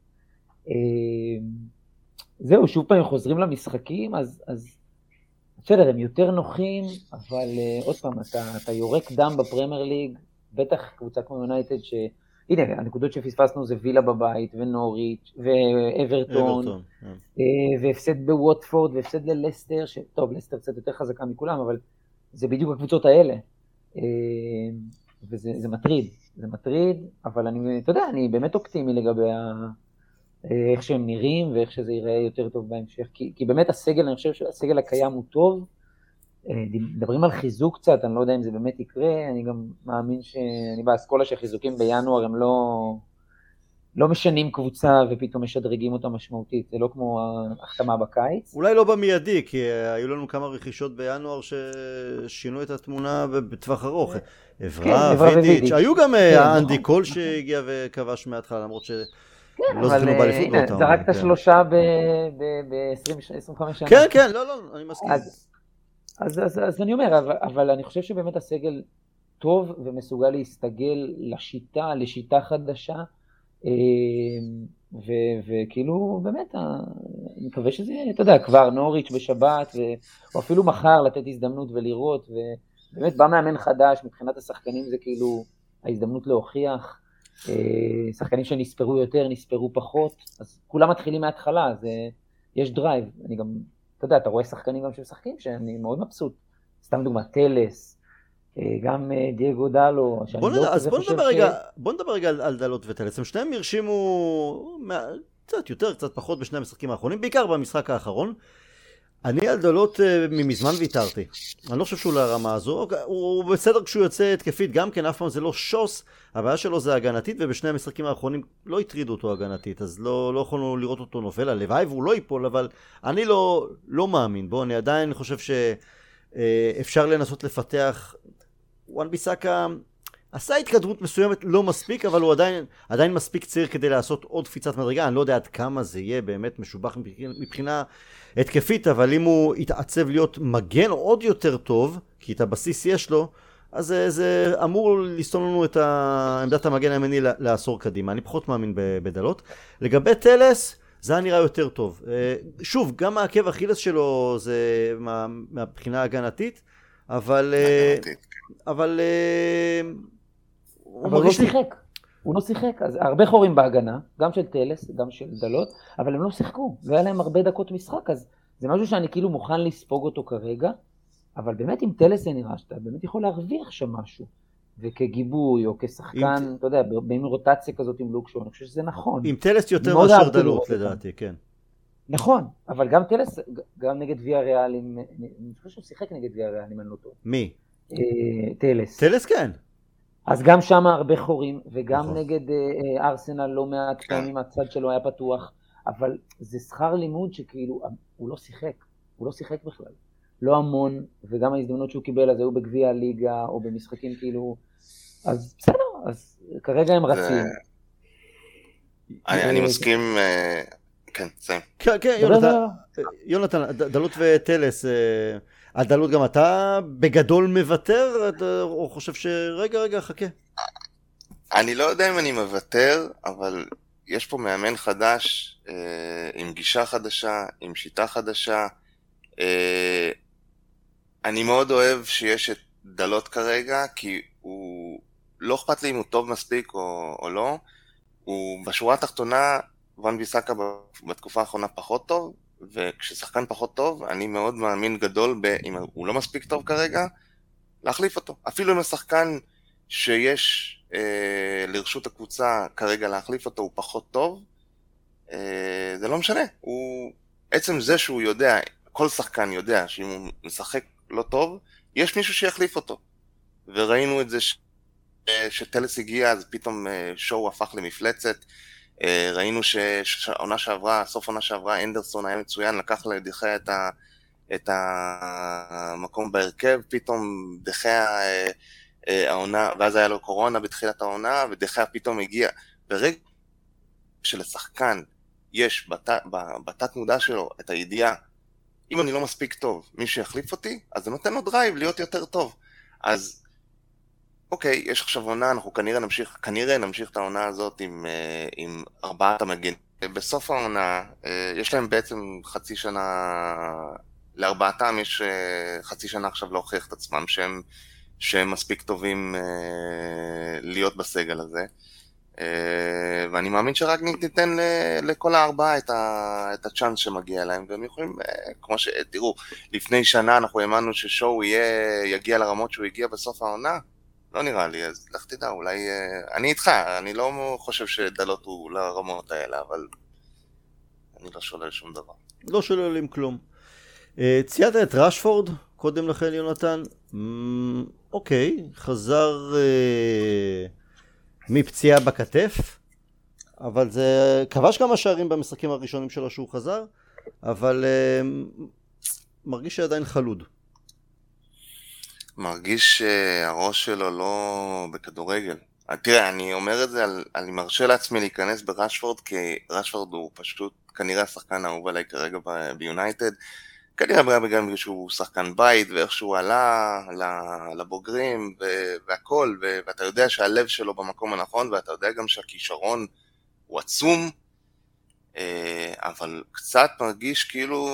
זהו, שוב פעם חוזרים למשחקים, אז, אז בסדר, הם יותר נוחים, אבל uh, עוד פעם, אתה, אתה יורק דם בפרמייר ליג, בטח קבוצה כמו יונייטד, ש... הנה, הנקודות שפספסנו זה וילה בבית, ונוריץ', ואברטון, uh, והפסד בווטפורד, והפסד ללסטר, ש... טוב, לסטר קצת יותר חזקה מכולם, אבל זה בדיוק הקבוצות האלה. Uh, וזה זה מטריד, זה מטריד, אבל אני, אתה יודע, אני באמת אופטימי לגבי ה... איך שהם נראים, ואיך שזה ייראה יותר טוב בהמשך, כי, כי באמת הסגל, אני חושב שהסגל הקיים הוא טוב, מדברים על חיזוק קצת, אני לא יודע אם זה באמת יקרה, אני גם מאמין שאני באסכולה שחיזוקים בינואר הם לא, לא משנים קבוצה ופתאום משדרגים אותה משמעותית, זה לא כמו ההחתמה בקיץ. אולי לא במיידי, כי היו לנו כמה רכישות בינואר ששינו את התמונה בטווח ארוך. עברה, וידיץ', היו גם אנדי קול שהגיע וכבש מההתחלה, למרות ש... כן, אבל הנה, זרקת שלושה ב-עשרים וחמש שנה. כן, כן, לא, לא, אני מסכים. אז אני אומר, אבל אני חושב שבאמת הסגל טוב ומסוגל להסתגל לשיטה, לשיטה חדשה, וכאילו באמת, אני מקווה שזה, אתה יודע, כבר נוריץ' בשבת, או אפילו מחר לתת הזדמנות ולראות, ובאמת בא מאמן חדש, מבחינת השחקנים זה כאילו ההזדמנות להוכיח, שחקנים שנספרו יותר, נספרו פחות, אז כולם מתחילים מההתחלה, אז יש דרייב, אני גם, אתה יודע, אתה רואה שחקנים גם שמשחקים, שאני מאוד מבסוט, סתם דוגמה, טלס, גם דייגו דלו, בוא נדבר, אז בוא נדבר רגע, בוא נדבר רגע על דלות וטלס, הם שניהם הרשימו קצת יותר, קצת פחות בשני המשחקים האחרונים, בעיקר במשחק האחרון, אני על דלות ממזמן ויתרתי, אני לא חושב שהוא לרמה הזו, הוא בסדר כשהוא יוצא התקפית, גם כן אף פעם זה לא שוס, הבעיה שלו זה הגנתית, ובשני המשחקים האחרונים לא הטרידו אותו הגנתית, אז לא, לא יכולנו לראות אותו נופל, הלוואי והוא לא ייפול, אבל אני לא, לא מאמין בו, אני עדיין חושב שאפשר לנסות לפתח, וואן ביסאקה עשה התקדמות מסוימת, לא מספיק, אבל הוא עדיין, עדיין מספיק צעיר כדי לעשות עוד קפיצת מדרגה, אני לא יודע עד כמה זה יהיה באמת משובח מבחינה התקפית, אבל אם הוא יתעצב להיות מגן עוד יותר טוב, כי את הבסיס יש לו, אז זה, זה אמור לסתום לנו את עמדת המגן הימני לעשור קדימה. אני פחות מאמין בדלות. לגבי טלס, זה היה נראה יותר טוב. שוב, גם העקב אכילס שלו זה מה, מהבחינה הגנתית, אבל... אבל... אבל הוא לא שיחק. הוא לא שיחק. אז הרבה חורים בהגנה, גם של טלס, גם של דלות, אבל הם לא שיחקו. לא היה להם הרבה דקות משחק, אז זה משהו שאני כאילו מוכן לספוג אותו כרגע, אבל באמת עם טלס זה נראה שאתה באמת יכול להרוויח שם משהו, וכגיבוי או כשחקן, אתה יודע, בין רוטציה כזאת עם לוקשו, אני חושב שזה נכון. עם טלס יותר מאשר דלות לדעתי, כן. נכון, אבל גם טלס, גם נגד ויה ריאל, אני חושב שהוא שיחק נגד ויה ריאל, אם אני לא טוב. מי? טלס. טלס כן. אז גם שם הרבה חורים, וגם נגד ארסנל לא מעט פעמים הצד שלו היה פתוח, אבל זה שכר לימוד שכאילו, הוא לא שיחק, הוא לא שיחק בכלל. לא המון, וגם ההזדמנות שהוא קיבל, אז היו בגביע הליגה, או במשחקים כאילו, אז בסדר, אז כרגע הם רצים. אני מסכים, כן, סיים. כן, כן, יונתן, דלות וטלס, הדלות גם אתה בגדול מוותר, או חושב שרגע, רגע, חכה? אני לא יודע אם אני מוותר, אבל יש פה מאמן חדש, עם גישה חדשה, עם שיטה חדשה. אני מאוד אוהב שיש את דלות כרגע, כי הוא לא אכפת לי אם הוא טוב מספיק או, או לא. הוא בשורה התחתונה, ון ביסאקה בתקופה האחרונה פחות טוב, וכששחקן פחות טוב, אני מאוד מאמין גדול, ב, אם הוא לא מספיק טוב כרגע, להחליף אותו. אפילו אם השחקן שיש אה, לרשות הקבוצה כרגע להחליף אותו, הוא פחות טוב, אה, זה לא משנה. הוא, עצם זה שהוא יודע, כל שחקן יודע שאם הוא משחק לא טוב, יש מישהו שיחליף אותו. וראינו את זה ש... שטלס הגיע, אז פתאום שואו הפך למפלצת. ראינו שהעונה שעברה, סוף העונה שעברה, אנדרסון היה מצוין, לקח לדחיה את, ה... את המקום בהרכב, פתאום דחיה העונה, ואז היה לו קורונה בתחילת העונה, ודחיה פתאום הגיע. ברגע שלשחקן יש בת... בתת מודע שלו את הידיעה, אם אני לא מספיק טוב, מי שיחליף אותי, אז זה נותן לו דרייב להיות יותר טוב. אז אוקיי, יש עכשיו עונה, אנחנו כנראה נמשיך, כנראה נמשיך את העונה הזאת עם, עם ארבעת המגנים. בסוף העונה, יש להם בעצם חצי שנה, לארבעתם יש חצי שנה עכשיו להוכיח את עצמם, שהם, שהם מספיק טובים להיות בסגל הזה. ואני מאמין שרק ניתן לכל הארבעה את, ה, את הצ'אנס שמגיע להם, והם יכולים, כמו שתראו, לפני שנה אנחנו האמנו ששואו יהיה, יגיע לרמות שהוא הגיע בסוף העונה, לא נראה לי, אז לך תדע, אולי, אני איתך, אני לא חושב שדלות הוא לרמות האלה, אבל אני לא שולל שום דבר. לא שוללים כלום. ציינת את רשפורד, קודם לכן יונתן, אוקיי, חזר מפציעה בכתף, אבל זה כבש כמה שערים במשחקים הראשונים שלו שהוא חזר, אבל מרגיש שעדיין חלוד. מרגיש שהראש שלו לא בכדורגל. תראה, אני אומר את זה, על, אני מרשה לעצמי להיכנס ברשפורד, כי רשפורד הוא פשוט כנראה השחקן האהוב עליי כרגע ביונייטד, כנראה בגלל שהוא שחקן בית, ואיך שהוא עלה לבוגרים והכל, ואתה יודע שהלב שלו במקום הנכון, ואתה יודע גם שהכישרון הוא עצום, אבל קצת מרגיש כאילו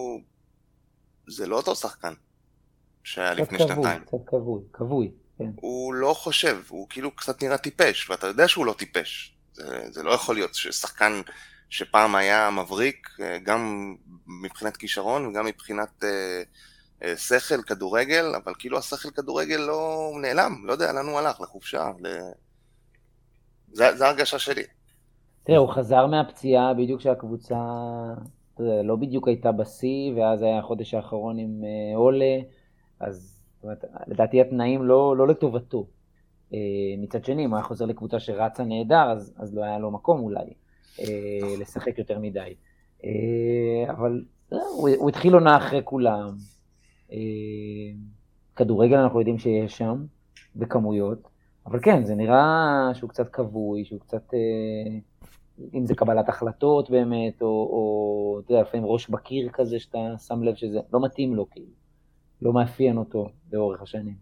זה לא אותו שחקן שהיה לפני שנתיים. קצת כבוי, כבוי, כן. הוא לא חושב, הוא כאילו קצת נראה טיפש, ואתה יודע שהוא לא טיפש. זה, זה לא יכול להיות ששחקן שפעם היה מבריק, גם מבחינת כישרון וגם מבחינת אה, אה, שכל כדורגל, אבל כאילו השכל כדורגל לא נעלם, לא יודע, לנו הלך לחופשה. ל... זה, זה הרגשה שלי. תראה, הוא חזר מהפציעה בדיוק שהקבוצה לא בדיוק הייתה בסי, ואז היה החודש האחרון עם אה, אולה, אז זאת אומרת, לדעתי התנאים לא, לא לטובתו. אה, מצד שני, אם הוא היה חוזר לקבוצה שרצה נהדר, אז, אז לא היה לו מקום אולי אה, לשחק יותר מדי. אה, אבל אה, הוא, הוא התחיל עונה אחרי כולם. אה, כדורגל אנחנו יודעים שיש שם, בכמויות, אבל כן, זה נראה שהוא קצת כבוי, שהוא קצת, אה, אם זה קבלת החלטות באמת, או, או אתה יודע, לפעמים ראש בקיר כזה, שאתה שם לב שזה לא מתאים לו, כאילו. לא מאפיין אותו לאורך השנים.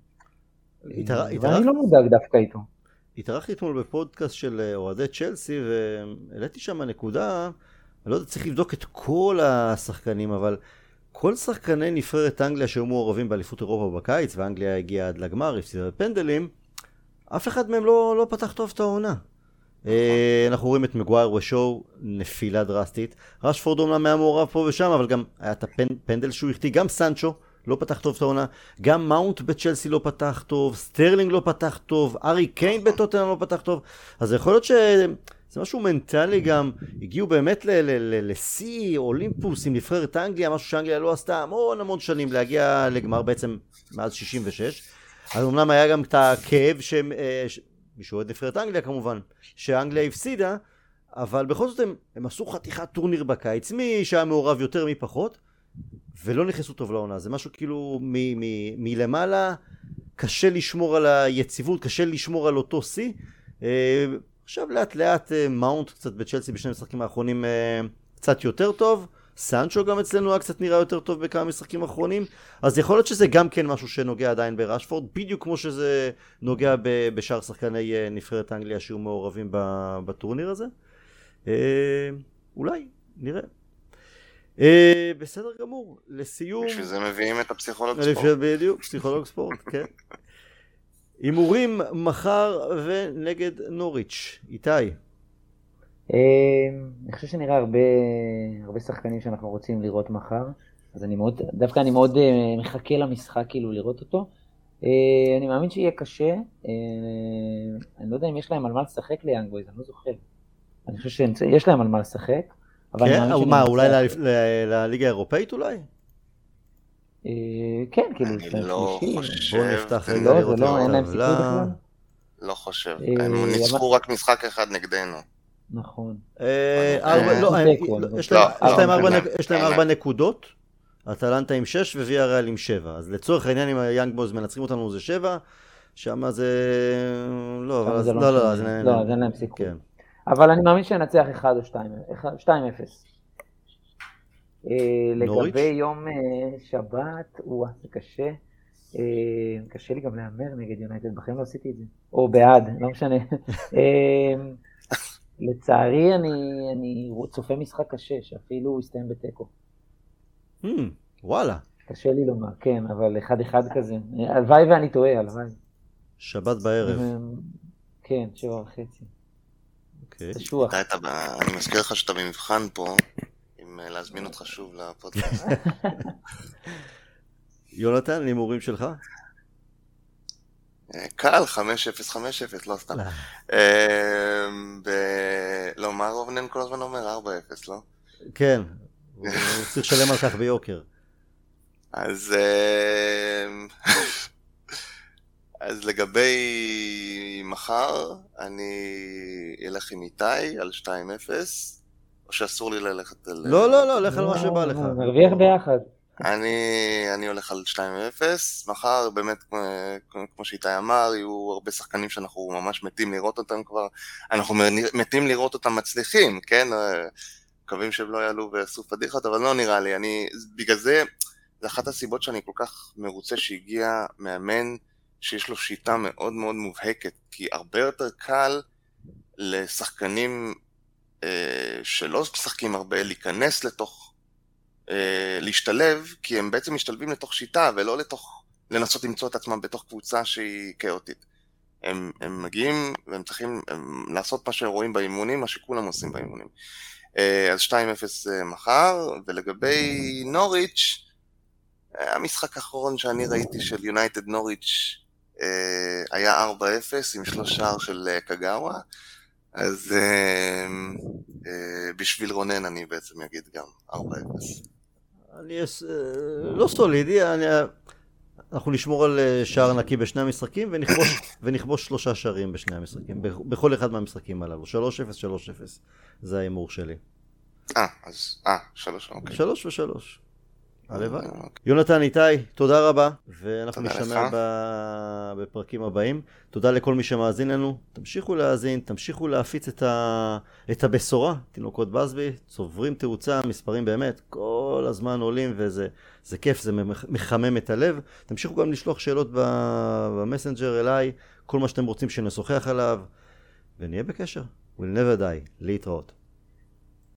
ואני לא מודאג דווקא איתו. התארחתי אתמול בפודקאסט של אוהדי צ'לסי, והעליתי שם הנקודה, אני לא יודע, צריך לבדוק את כל השחקנים, אבל כל שחקני נבחרת אנגליה שהיו מעורבים באליפות אירופה בקיץ, ואנגליה הגיעה עד לגמר, הפסידה בפנדלים, אף אחד מהם לא, לא פתח טוב את העונה. אנחנו רואים את מגווייר ושואו, נפילה דרסטית. רשפורד אומנם היה מעורב פה ושם, אבל גם היה את הפנדל שהוא החטיא, גם סנצ'ו לא פתח טוב את העונה, גם מאונט בצ'לסי לא פתח טוב, סטרלינג לא פתח טוב, ארי קיין בטוטנהאם לא פתח טוב. אז יכול להיות שזה משהו מנטלי גם, הגיעו באמת לשיא אולימפוס עם נבחרת אנגליה, משהו שאנגליה לא עשתה המון המון שנים להגיע לגמר בעצם מאז שישים ושש. אז אומנם היה גם את הכאב שמישהו אוהד נבחרת אנגליה כמובן, שאנגליה הפסידה, אבל בכל זאת הם, הם עשו חתיכת טורניר בקיץ, מי שהיה מעורב יותר מי פחות, ולא נכנסו טוב לעונה. זה משהו כאילו מ- מ- מלמעלה, קשה לשמור על היציבות, קשה לשמור על אותו סי, עכשיו לאט לאט מאונט קצת בצ'לסי בשני המשחקים האחרונים קצת יותר טוב, סנצ'ו גם אצלנו היה קצת נראה יותר טוב בכמה משחקים האחרונים, אז יכול להיות שזה גם כן משהו שנוגע עדיין ברשפורד, בדיוק כמו שזה נוגע בשאר שחקני נבחרת אנגליה שהיו מעורבים בטורניר הזה. אולי, נראה. בסדר גמור, לסיום... בשביל זה מביאים את הפסיכולוג ספורט. בדיוק, פסיכולוג ספורט, כן. הימורים מחר ונגד נוריץ', איתי. אני חושב שנראה הרבה, הרבה שחקנים שאנחנו רוצים לראות מחר, אז אני מאוד, דווקא אני מאוד מחכה למשחק כאילו לראות אותו. אני מאמין שיהיה קשה, אני לא יודע אם יש להם על מה לשחק ליאנג בויז, אני לא זוכר. אני חושב שיש להם על מה לשחק. כן, מה, אולי לליגה האירופאית אולי? כן, כאילו, אני לא חושב. בואו נפתח רגע לא, לראות זה לא, אין להם את סיכוי בכלל. לא חושב, הם ניצחו רק משחק אחד נגדנו. נכון. יש להם ארבע נקודות, אטלנטה עם שש וויה ריאל עם שבע, אז לצורך העניין אם היאנג בוז מנצחים אותנו זה שבע, שמה זה... לא, לא, לא, אז אין להם סיכוי. אבל אני מאמין שנצח אחד או שתיים, שתיים אפס. לגבי יום שבת, וואה, זה קשה. קשה לי גם להמר נגד יונייטד, בכם לא עשיתי את זה. או בעד, לא משנה. לצערי אני צופה משחק קשה, שאפילו הוא יסתיים בטקו. וואלה. קשה לי לומר, כן, אבל אחד אחד כזה. הלוואי ואני טועה, הלוואי. שבת בערב. כן, שבע וחצי. קשוח. אני מזכיר לך שאתה במבחן פה, אם להזמין אותך שוב לפודקאסט. יונתן, הימורים שלך? קל, חמש אפס, חמש אפס, לא סתם. לא, מה רובנן כל הזמן אומר? ארבע אפס, לא? כן, הוא צריך לשלם על כך ביוקר. אז... אז לגבי מחר, אני אלך עם איתי על שתיים אפס, או שאסור לי ללכת על... לא, לא, לא, לך על מה שבא לך. נרוויח ביחד. אני, אני הולך על שתיים אפס, מחר באמת, כמו שאיתי אמר, יהיו הרבה שחקנים שאנחנו ממש מתים לראות אותם כבר, אנחנו מתים לראות אותם מצליחים, כן? מקווים שהם לא יעלו ועשו פדיחות, אבל לא נראה לי, אני, בגלל זה, זה אחת הסיבות שאני כל כך מרוצה שהגיע מאמן, שיש לו שיטה מאוד מאוד מובהקת, כי הרבה יותר קל לשחקנים אה, שלא משחקים הרבה להיכנס לתוך, אה, להשתלב, כי הם בעצם משתלבים לתוך שיטה ולא לתוך, לנסות למצוא את עצמם בתוך קבוצה שהיא כאוטית. הם, הם מגיעים והם צריכים הם, לעשות מה שרואים באימונים, מה שכולם עושים באימונים. אה, אז שתיים אפס מחר, ולגבי נוריץ', המשחק האחרון שאני ראיתי של יונייטד נוריץ' היה ארבע אפס עם שלוש שער של קגאווה, אז בשביל רונן אני בעצם אגיד גם ארבע אפס. אני לא סולידי, אנחנו נשמור על שער נקי בשני המשחקים ונכבוש שלושה שערים בשני המשחקים, בכל אחד מהמשחקים הללו, שלוש אפס, שלוש אפס, זה ההימור שלי. אה, אז, אה, שלוש, אוקיי. שלוש ושלוש. הלוואי. יונתן, איתי, תודה רבה, ואנחנו נשמע בפרקים הבאים. תודה לכל מי שמאזין לנו. תמשיכו להאזין, תמשיכו להפיץ את הבשורה. תינוקות בסבי, צוברים תאוצה, מספרים באמת, כל הזמן עולים, וזה כיף, זה מחמם את הלב. תמשיכו גם לשלוח שאלות במסנג'ר אליי, כל מה שאתם רוצים שנשוחח עליו, ונהיה בקשר. We'll never die. להתראות.